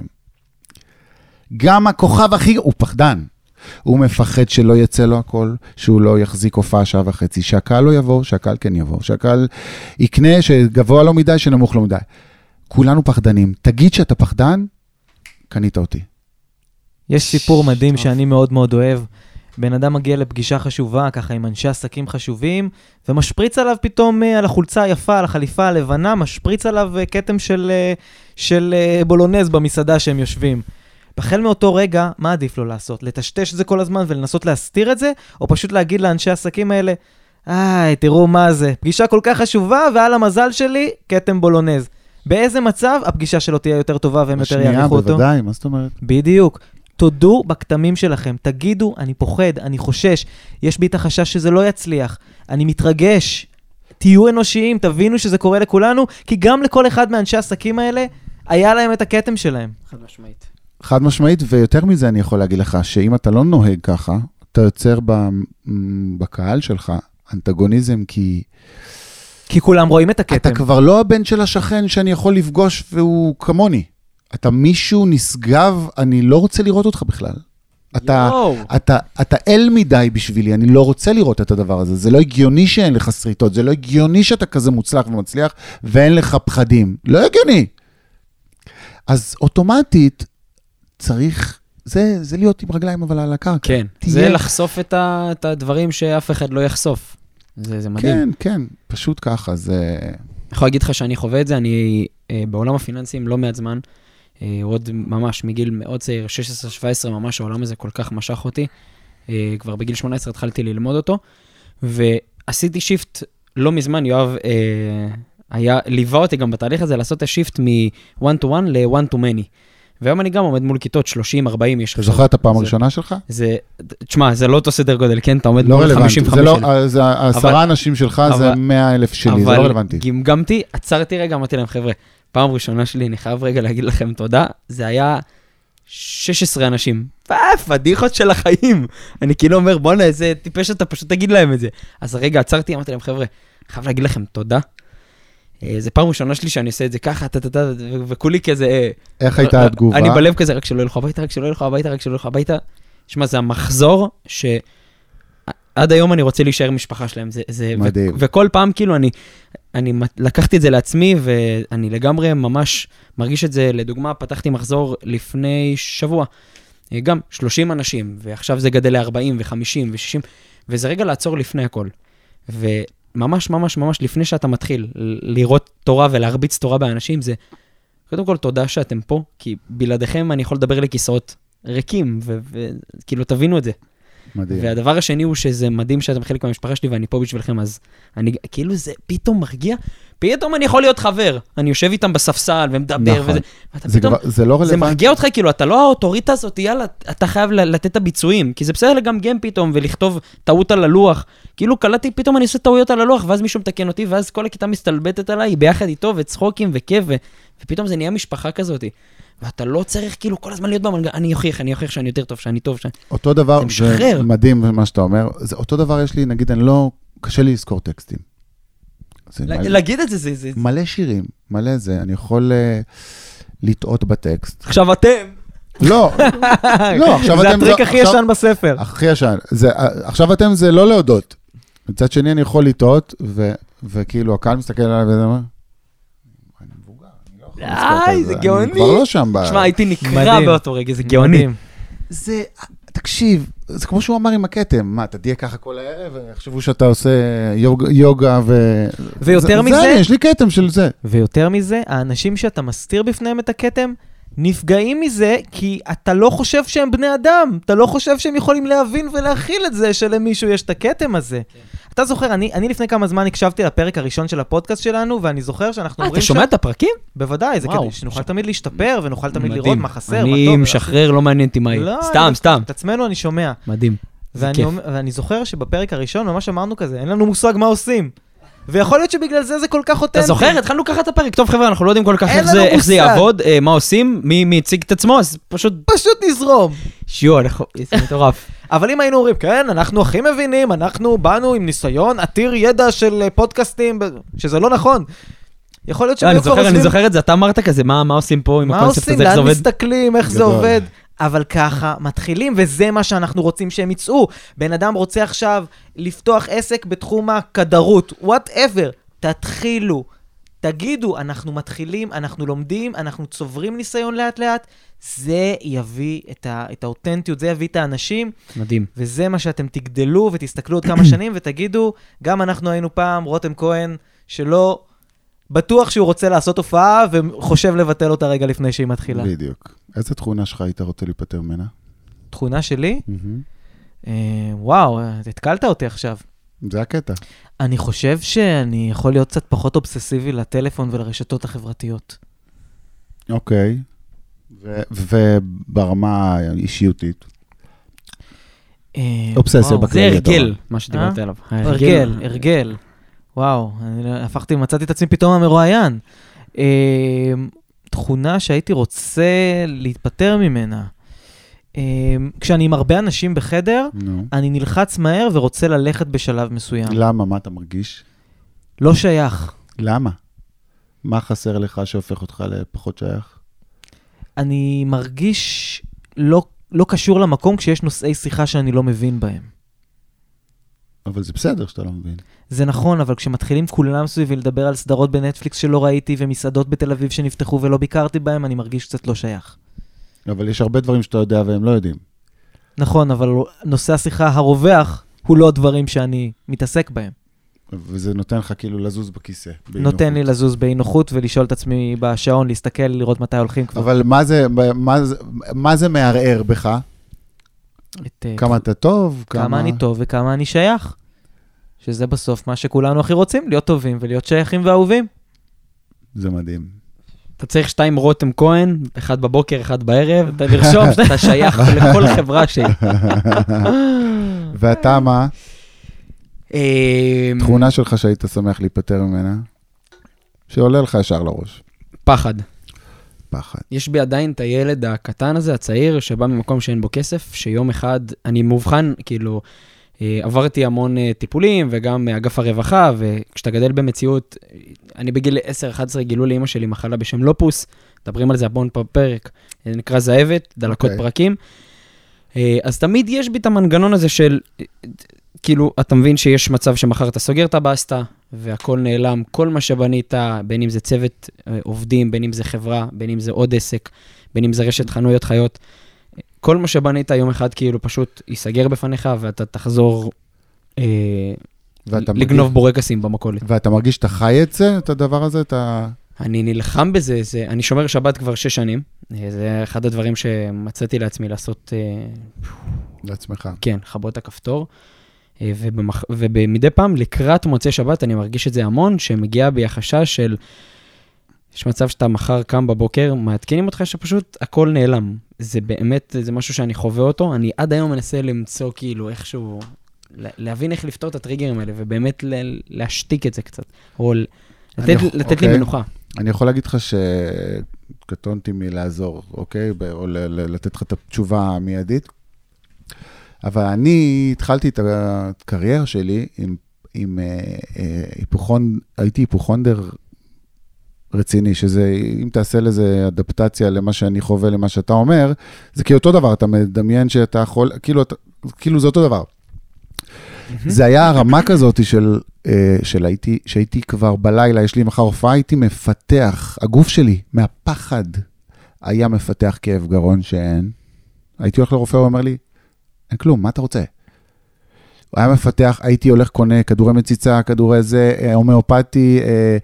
גם הכוכב הכי, הוא פחדן. הוא מפחד שלא יצא לו הכל, שהוא לא יחזיק הופעה שעה וחצי, שהקהל לא יבוא, שהקהל כן יבוא, שהקהל יקנה, שגבוה לו מדי, שנמוך לו מדי. כולנו פחדנים. תגיד שאתה פחדן, קנית אותי. יש סיפור מדהים שאני מאוד מאוד אוהב. בן אדם מגיע לפגישה חשובה, ככה עם אנשי עסקים חשובים, ומשפריץ עליו פתאום על החולצה היפה, על החליפה הלבנה, משפריץ עליו קטם של, של בולונז במסעדה שהם יושבים. בחל מאותו רגע, מה עדיף לו לעשות? לטשטש את זה כל הזמן ולנסות להסתיר את זה, או פשוט להגיד לאנשי העסקים האלה, איי, תראו מה זה, פגישה כל כך חשובה, ועל המזל שלי, קטם בולונז. באיזה מצב הפגישה שלו תהיה יותר טובה והם יותר יעריכו אותו? בוודאי, מה זאת אומרת? בדיוק. תודו בכתמים שלכם, תגידו, אני פוחד, אני חושש, יש בי את החשש שזה לא יצליח, אני מתרגש, תהיו אנושיים, תבינו שזה קורה לכולנו, כי גם לכל אחד מאנשי העסקים האלה, היה להם את הכתם שלהם. חד משמעית. חד משמעית, ויותר מזה אני יכול להגיד לך, שאם אתה לא נוהג ככה, אתה יוצר בקהל שלך אנטגוניזם, כי... כי כולם רואים את הכתם. אתה כבר לא הבן של השכן שאני יכול לפגוש והוא כמוני. אתה מישהו נשגב, אני לא רוצה לראות אותך בכלל. אתה, אתה, אתה אל מדי בשבילי, אני לא רוצה לראות את הדבר הזה. זה לא הגיוני שאין לך שריטות, זה לא הגיוני שאתה כזה מוצלח ומצליח, ואין לך פחדים. לא הגיוני. אז אוטומטית צריך, זה, זה להיות עם רגליים אבל על הקרקע. כן, תהיה... זה לחשוף את, ה, את הדברים שאף אחד לא יחשוף. זה, זה מדהים. כן, כן, פשוט ככה, זה... אני יכול להגיד לך שאני חווה את זה, אני אה, בעולם הפיננסים לא מעט זמן, אה, עוד ממש מגיל מאוד צעיר, שש עשרה שבע עשרה, ממש העולם הזה כל כך משך אותי, אה, כבר בגיל שמונה עשרה התחלתי ללמוד אותו, ועשיתי שיפט לא מזמן, יואב אה, היה, ליווה אותי גם בתהליך הזה, לעשות את השיפט מ-one to one ל-one to many. והיום אני גם עומד מול כיתות שלושים ארבעים, יש... אתה זוכר את הפעם הראשונה שלך? זה, תשמע, זה לא אותו סדר גודל, כן? אתה עומד מול חמישים וחמש אלף. זה עשרה אנשים שלך, זה מאה אלף שלי, זה לא רלוונטי. אבל גמגמתי, עצרתי רגע, אמרתי להם, חבר'ה, פעם ראשונה שלי, אני חייב רגע להגיד לכם תודה, זה היה שש עשרה אנשים. פדיחות של החיים. אני כאילו אומר, בוא'נה, איזה טיפש אתה, פשוט תגיד להם את זה. אז רגע, עצרתי, אמרתי להם, חבר'ה, חייב להגיד לכם תודה. זה פעם ראשונה שלי שאני עושה את זה ככה, וכולי כזה... איך הייתה התגובה? אני בלב כזה, רק שלא ילכו הביתה, רק שלא ילכו הביתה, רק שלא ילכו הביתה. שמע, זה המחזור שעד היום אני רוצה להישאר משפחה שלהם. מדהים. וכל פעם כאילו אני, אני לקחתי את זה לעצמי, ואני לגמרי ממש מרגיש את זה. לדוגמה, פתחתי מחזור לפני שבוע, גם שלושים אנשים, ועכשיו זה גדל ל-ארבעים ו-חמישים ו-שישים, וזה רגע לעצור לפני הכל. ו... ממש, ממש, ממש לפני שאתה מתחיל לראות תורה ולהרביץ תורה באנשים, זה קודם כל תודה שאתם פה, כי בלעדיכם אני יכול לדבר לכיסאות ריקים, וכאילו תבינו את זה. מדהים. והדבר השני הוא שזה מדהים שאתם חלק מהמשפחה שלי, ואני פה בשבילכם, אז אני, כאילו זה פתאום מרגיע, פתאום אני יכול להיות חבר, אני יושב איתם בספסל ומדבר, נכון. וזה, זה, פתאום, כבר, זה לא רלוונטי. זה מרגיע אותך, כאילו, אתה לא האוטוריטה הזאת, יאללה, אתה חייב לתת את הביצועים, כי זה בסדר לגמגם פתאום, ולכתוב טעות על הלוח, כאילו קלטתי, פתאום אני עושה טעויות על הלוח, ואז מישהו מתקן אותי, ואז כל הכיתה מסתלבטת עליי, ביחד איתו, וצחוקים וכיף, ו... ופתאום זה נהיה משפחה כזאת. ואתה לא צריך כאילו כל הזמן להיות במנגן, אני אוכיח, אני אוכיח שאני יותר טוב, שאני טוב, שאני... אותו דבר, זה מדהים מה שאתה אומר, זה אותו דבר יש לי, נגיד, אני לא, קשה לי לזכור טקסטים. להגיד את זה, זה, זה... מלא שירים, מלא זה, אני יכול לטעות בטקסט. עכשיו אתם... לא, לא, עכשיו אתם... זה הטריק הכי ישן בספר. הכי ישן, עכשיו אתם זה לא להודות. מצד שני אני יכול לטעות, וכאילו הקהל מסתכל עליי וזה אומר, אני מבוגר, אני לא איי, זה גאוני. אני כבר לא שם. תשמע, הייתי נקרא באותו רגע, זה גאוני. זה, תקשיב, זה כמו שהוא אמר עם הכתם, מה, אתה תהיה ככה כל הערב, ויחשבו שאתה עושה יוגה ו... ויותר מזה... זה, יש לי כתם של זה. ויותר מזה, האנשים שאתה מסתיר בפניהם את הכתם, נפגעים מזה, כי אתה לא חושב שהם בני אדם, אתה לא חושב שהם יכולים להבין ולהכיל את זה, שלמישהו יש את הכתם הזה. אתה זוכר, אני, אני לפני כמה זמן הקשבתי לפרק הראשון של הפודקאסט שלנו, ואני זוכר שאנחנו אומרים... אתה שומע את הפרקים? בוודאי, זה כדי שנוכל תמיד להשתפר, ונוכל תמיד לראות מה חסר. אני משחרר, לא מעניין אותי מה יהיה. סתם, סתם. את עצמנו אני שומע. מדהים. ואני זוכר שבפרק הראשון ממש אמרנו כזה, אין לנו מושג מה עושים. ויכול להיות שבגלל זה זה כל כך אותנטי. אתה זוכר? התחלנו ככה את הפרק. טוב חבר'ה, אנחנו לא יודעים כל כך איך זה יעבוד, מה עושים, מי הציג את עצמו, אז פשוט... פשוט נזרום. שיו, זה מטורף. אבל אם היינו אומרים, כן, אנחנו הכי מבינים, אנחנו באנו עם ניסיון עתיר ידע של פודקאסטים, שזה לא נכון. יכול להיות אני זוכר, אני זוכר את זה, אתה אמרת כזה, מה עושים פה עם הקונספט הזה, איך זה עובד? מה עושים, לאן מסתכלים, איך זה עובד? אבל ככה מתחילים, וזה מה שאנחנו רוצים שהם יצאו. בן אדם רוצה עכשיו לפתוח עסק בתחום הכדרות, whatever, תתחילו, תגידו, אנחנו מתחילים, אנחנו לומדים, אנחנו צוברים ניסיון לאט לאט, זה יביא את, ה, את האותנטיות, זה יביא את האנשים. מדהים. וזה מה שאתם תגדלו ותסתכלו עוד כמה שנים ותגידו, גם אנחנו היינו פעם, רותם כהן, שלא בטוח שהוא רוצה לעשות הופעה וחושב לבטל אותה רגע לפני שהיא מתחילה. בדיוק. איזה תכונה שלך היית רוצה להיפטר ממנה? תכונה שלי? אה, וואו, התקלת אותי עכשיו. זה הקטע. אני חושב שאני יכול להיות קצת פחות אובססיבי לטלפון ולרשתות החברתיות. אוקיי. וברמה האישיותית? אובססיה בכללי. זה הרגל, מה שדיברת עליו. הרגל, הרגל. וואו, אני הפכתי, מצאתי את עצמי פתאום המרואיין. תכונה שהייתי רוצה להתפטר ממנה. כשאני עם הרבה אנשים בחדר, אני נלחץ מהר ורוצה ללכת בשלב מסוים. למה? מה אתה מרגיש? לא שייך. למה? מה חסר לך שהופך אותך לפחות שייך? אני מרגיש לא, לא קשור למקום כשיש נושאי שיחה שאני לא מבין בהם. אבל זה בסדר שאתה לא מבין. זה נכון, אבל כשמתחילים כולם סביבי לדבר על סדרות בנטפליקס שלא ראיתי ומסעדות בתל אביב שנפתחו ולא ביקרתי בהם, אני מרגיש קצת לא שייך. אבל יש הרבה דברים שאתה יודע והם לא יודעים. נכון, אבל נושא השיחה הרווח הוא לא דברים שאני מתעסק בהם. וזה נותן לך כאילו לזוז בכיסא. נותן לי לזוז באי-נוחות ולשאול את עצמי בשעון, להסתכל, לראות מתי הולכים כבר. אבל מה זה, מה זה, מה זה מערער בך? את, כמה אתה טוב? כמה... כמה אני טוב וכמה אני שייך. שזה בסוף מה שכולנו הכי רוצים, להיות טובים ולהיות שייכים ואהובים. זה מדהים. אתה צריך שתיים רותם כהן, אחד בבוקר, אחד בערב, אתה לרשום שאתה שייך לכל חברה שהיא. ואתה מה? תכונה שלך שהיית שמח להיפטר ממנה, שעולה לך ישר לראש. פחד. פחד. יש בי עדיין את הילד הקטן הזה, הצעיר, שבא ממקום שאין בו כסף, שיום אחד, אני מובחן, כאילו, עברתי המון טיפולים, וגם אגף הרווחה, וכשאתה גדל במציאות, אני בגיל עשר אחת עשרה גילו לאמא שלי מחלה בשם לופוס, מדברים על זה המון בפרק, זה נקרא זהבת, דלקות okay. פרקים, אז תמיד יש בי את המנגנון הזה של, כאילו, אתה מבין שיש מצב שמחר אתה סוגר את הבאסטה, והכל נעלם, כל מה שבנית, בין אם זה צוות עובדים, בין אם זה חברה, בין אם זה עוד עסק, בין אם זה רשת חנויות חיות, כל מה שבנית יום אחד כאילו פשוט ייסגר בפניך, ואתה תחזור אה, לגנוב מרגיש... בורקסים במקולת. ואתה מרגיש שאתה חי את זה, את הדבר הזה? אתה... אני נלחם בזה, זה, אני שומר שבת כבר שש שנים, זה אחד הדברים שמצאתי לעצמי לעשות... אה, לעצמך. כן, חבות הכפתור. ובמח... ובמדי פעם, לקראת מוצאי שבת, אני מרגיש את זה המון, שמגיע בי החשש של, יש מצב שאתה מחר קם בבוקר, מעדכנים אותך שפשוט הכל נעלם. זה באמת, זה משהו שאני חווה אותו, אני עד היום מנסה למצוא כאילו איכשהו, להבין איך לפתור את הטריגרים האלה, ובאמת להשתיק את זה קצת, או לתת, אני, לתת אוקיי. לי מנוחה. אני יכול להגיד לך שקטונתי מלעזור, אוקיי? או לתת לך את התשובה המיידית. אבל אני התחלתי את הקריירה שלי עם, עם היפוכון, הייתי היפוכונדר רציני, שזה, אם תעשה לזה אדפטציה למה שאני חווה, למה שאתה אומר, זה כי אותו דבר, אתה מדמיין שאתה יכול, כאילו, כאילו זה אותו דבר. זה היה הרמה כזאת של, של הייתי, שהייתי כבר בלילה, יש לי מחר הופעה, הייתי מפתח, הגוף שלי, מהפחד, היה מפתח כאב גרון שאין. הייתי הולך לרופא, הוא אומר לי, אין כלום, מה אתה רוצה? הוא היה מפתח, הייתי הולך קונה כדורי מציצה, כדורי זה, הומאופתי,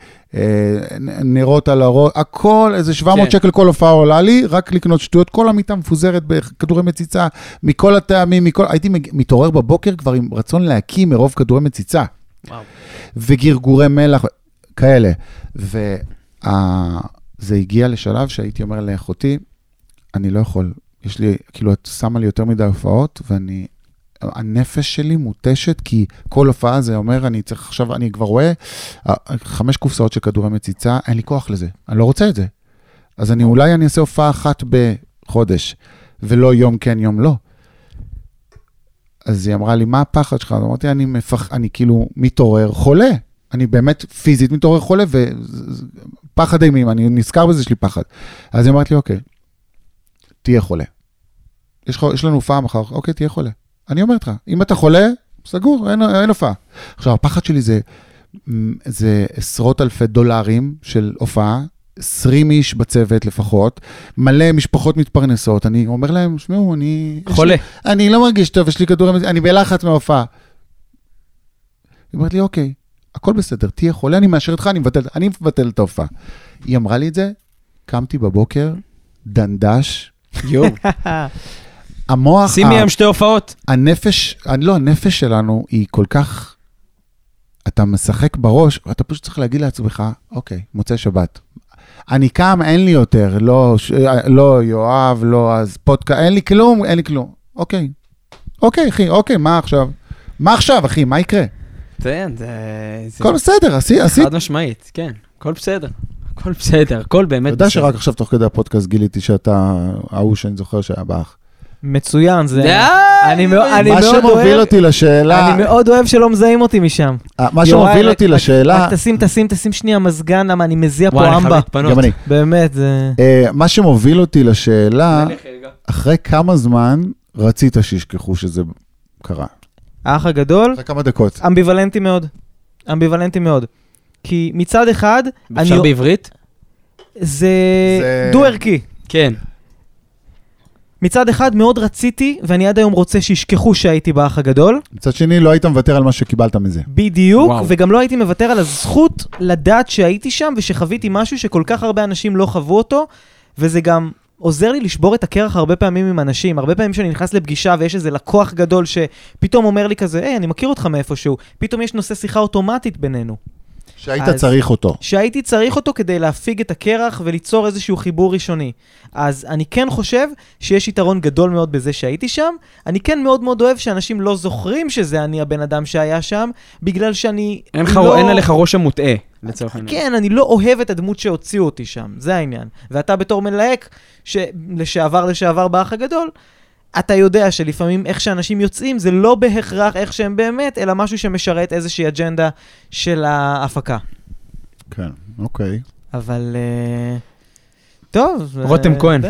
נרות על הראש, הכל, איזה שבע מאות שקל כל הופעה עולה לי, רק לקנות שטויות, כל המיטה מפוזרת בכדורי מציצה, מכל הטעמים, מכל, הייתי מתעורר בבוקר כבר עם רצון להקים מרוב כדורי מציצה. וואו. וגרגורי מלח, כאלה. וזה הגיע לשלב שהייתי אומר לאחותי, אני לא יכול, יש לי, כאילו, את שמה לי יותר מדי הופעות, ואני, הנפש שלי מוטשת, כי כל הופעה זה אומר, אני צריך עכשיו, אני כבר רואה, חמש קופסאות של כדורי מציצה, אין לי כוח לזה, אני לא רוצה את זה. אז אני, אולי אני אעשה הופעה אחת בחודש, ולא יום כן, יום לא. אז היא אמרה לי, מה הפחד שלך? אז אמרתי, אני מפח... אני כאילו מתעורר חולה. אני באמת פיזית מתעורר חולה, ופחד אימים, אני נזכר בזה, יש לי פחד. אז היא אמרת לי, אוקיי, תהיה חולה. יש, ח... יש לנו הופעה מחר, אוקיי, תהיה חולה. אני אומרת לך, אם אתה חולה, סגור, אין, אין הופעה. עכשיו, הפחד שלי זה, זה עשרות אלפי דולרים של הופעה, עשרים איש בצוות לפחות, מלא משפחות מתפרנסות, אני אומר להם, שמעו, אני... חולה. לי, אני לא מרגיש טוב, יש לי כדור, אני בלחץ מההופעה. היא אומרת לי, אוקיי, הכל בסדר, תהיה חולה, אני מאשר אותך, אני מבטל, אני מבטל את ההופעה. היא אמרה לי את זה, קמתי בבוקר, דנדש, יו. המוח... שימי היום שתי הופעות. הנפש, לא, הנפש שלנו היא כל כך... אתה משחק בראש, אתה פשוט צריך להגיד לעצמך, אוקיי, מוצא שבת. אני קם, אין לי יותר, לא, לא יואב, לא, אז פודקאסט, אין לי כלום, אין לי כלום. אוקיי, אוקיי, אחי, אוקיי, מה עכשיו? מה עכשיו, אחי, מה יקרה? כן, זה... הכל בסדר, עשית. חד משמעית, כן, הכל בסדר. הכל בסדר, הכל באמת בסדר. אתה יודע שרק עכשיו תוך כדי הפודקאסט גיליתי שאתה, ההוא שאני זוכר שהיה באח. מצוין, זה... אני מאוד אוהב... מה שמוביל אותי לשאלה... אני מאוד אוהב שלא מזהים אותי משם. מה שמוביל אותי לשאלה... רק תשים, תשים, תשים שנייה מזגן, למה אני מזיע פה אמבה. גם אני. באמת, זה... מה שמוביל אותי לשאלה, אחרי כמה זמן רצית שישכחו שזה קרה? האח הגדול... אחרי כמה דקות. אמביוולנטי מאוד. אמביוולנטי מאוד. כי מצד אחד... אפשר בעברית? זה דו-ערכי. כן. מצד אחד מאוד רציתי, ואני עד היום רוצה שישכחו שהייתי באח הגדול. מצד שני, לא היית מוותר על מה שקיבלת מזה. בדיוק, וואו. וגם לא הייתי מוותר על הזכות לדעת שהייתי שם, ושחוויתי משהו שכל כך הרבה אנשים לא חוו אותו, וזה גם עוזר לי לשבור את הקרח הרבה פעמים עם אנשים. הרבה פעמים שאני נכנס לפגישה ויש איזה לקוח גדול שפתאום אומר לי כזה, היי, אני מכיר אותך מאיפשהו. פתאום יש נושא שיחה אוטומטית בינינו. שהיית צריך אותו. שהייתי צריך אותו כדי להפיג את הקרח וליצור איזשהו חיבור ראשוני. אז אני כן חושב שיש יתרון גדול מאוד בזה שהייתי שם. אני כן מאוד מאוד אוהב שאנשים לא זוכרים שזה אני הבן אדם שהיה שם, בגלל שאני אין לא... אין עליך ראש המוטעה, לצורך העניין. כן, אני לא אוהב את הדמות שהוציאו אותי שם, זה העניין. ואתה בתור מלהק, לשעבר לשעבר באח הגדול, אתה יודע שלפעמים איך שאנשים יוצאים, זה לא בהכרח איך שהם באמת, אלא משהו שמשרת איזושהי אג'נדה של ההפקה. כן, אוקיי. אבל... טוב. רותם כהן.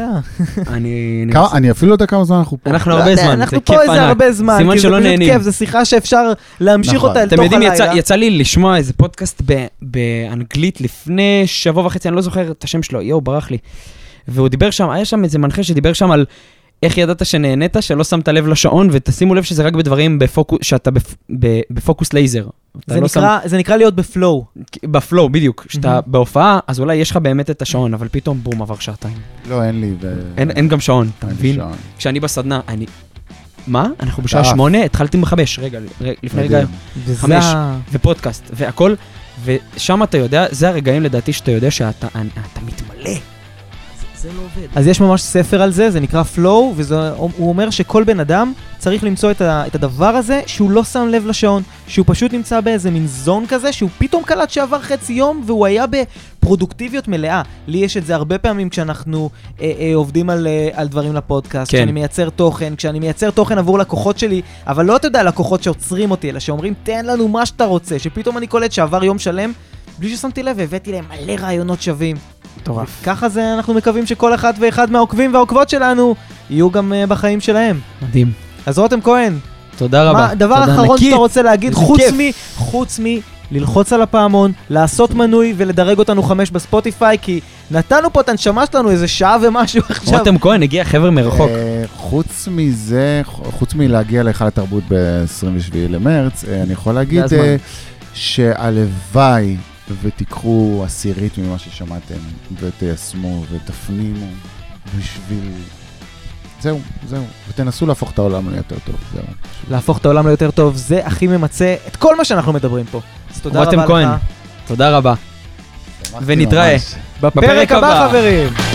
אני אפילו לא יודע כמה זמן אנחנו פה. אנחנו הרבה זמן, אנחנו פה איזה הרבה זמן. סימן שלא נהנים. זו שיחה שאפשר להמשיך אותה אל תוך הלילה. אתם יודעים, יצא לי לשמוע איזה פודקאסט באנגלית לפני שבוע וחצי, אני לא זוכר את השם שלו, יואו, ברח לי. והוא דיבר שם, היה שם איזה מנחה שדיבר שם על איך ידעת שנהנית, שלא שמת לב לשעון, ותשימו לב שזה רק בדברים בפוקוס, שאתה בפוקוס לייזר. זה נקרא, זה נקרא להיות בפלואו. בפלואו, בדיוק. שאתה בהופעה, אז אולי יש לך באמת את השעון, אבל פתאום בום, עבר שעתיים. לא, אין לי. אין גם שעון, אתה מבין? כשאני בסדנה, אני... מה? אנחנו בשעה שמונה, התחלתי בחמש, רגע, לפני רגע, חמש, ופודקאסט, והכל, ושם אתה יודע, זה הרגעים לדעתי שאתה יודע שאתה מתמלא. זה לא עובד. אז יש ממש ספר על זה, זה נקרא פלואו, והוא אומר שכל בן אדם צריך למצוא את, ה, את הדבר הזה, שהוא לא שם לב לשעון, שהוא פשוט נמצא באיזה מין זון כזה, שהוא פתאום קלט שעבר חצי יום, והוא היה בפרודוקטיביות מלאה. לי יש את זה הרבה פעמים כשאנחנו אה, אה, עובדים על, אה, על דברים לפודקאסט, כן. כשאני מייצר תוכן, כשאני מייצר תוכן עבור לקוחות שלי, אבל לא אתה יודע לקוחות שעוצרים אותי, אלא שאומרים, תן לנו מה שאתה רוצה, שפתאום אני קולט שעבר יום שלם, בלי ששמתי לב, והבאתי להם מלא רעיונות שווים. טורף. ככה זה, אנחנו מקווים שכל אחד ואחד מהעוקבים והעוקבות שלנו יהיו גם uh, בחיים שלהם. מדהים. אז רותם כהן, תודה רבה. דבר תודה אחרון ענקית. שאתה רוצה להגיד, איזה חוץ כיף. מ... חוץ מ... ללחוץ על הפעמון, לעשות מנוי ולדרג אותנו חמש בספוטיפיי, כי נתנו פה את הנשמה שלנו איזה שעה ומשהו עכשיו. רותם כהן הגיע חבר מרחוק. אה, חוץ מזה, חוץ מלהגיע להיכל התרבות ב-עשרים ושבעה למרץ, אה, אני יכול להגיד זה הזמן. אה, שהלוואי ותיקחו עשירית ממה ששמעתם, ותיישמו ותפנימו בשביל... זהו, זהו. ותנסו להפוך את העולם ליותר טוב, זהו. להפוך את העולם ליותר טוב, זה הכי ממצה את כל מה שאנחנו מדברים פה. אז תודה רותם רבה כהן. לך. תודה רבה. שמחתי ונתראה. ממש. בפרק בפרק הבא, הבא. חברים.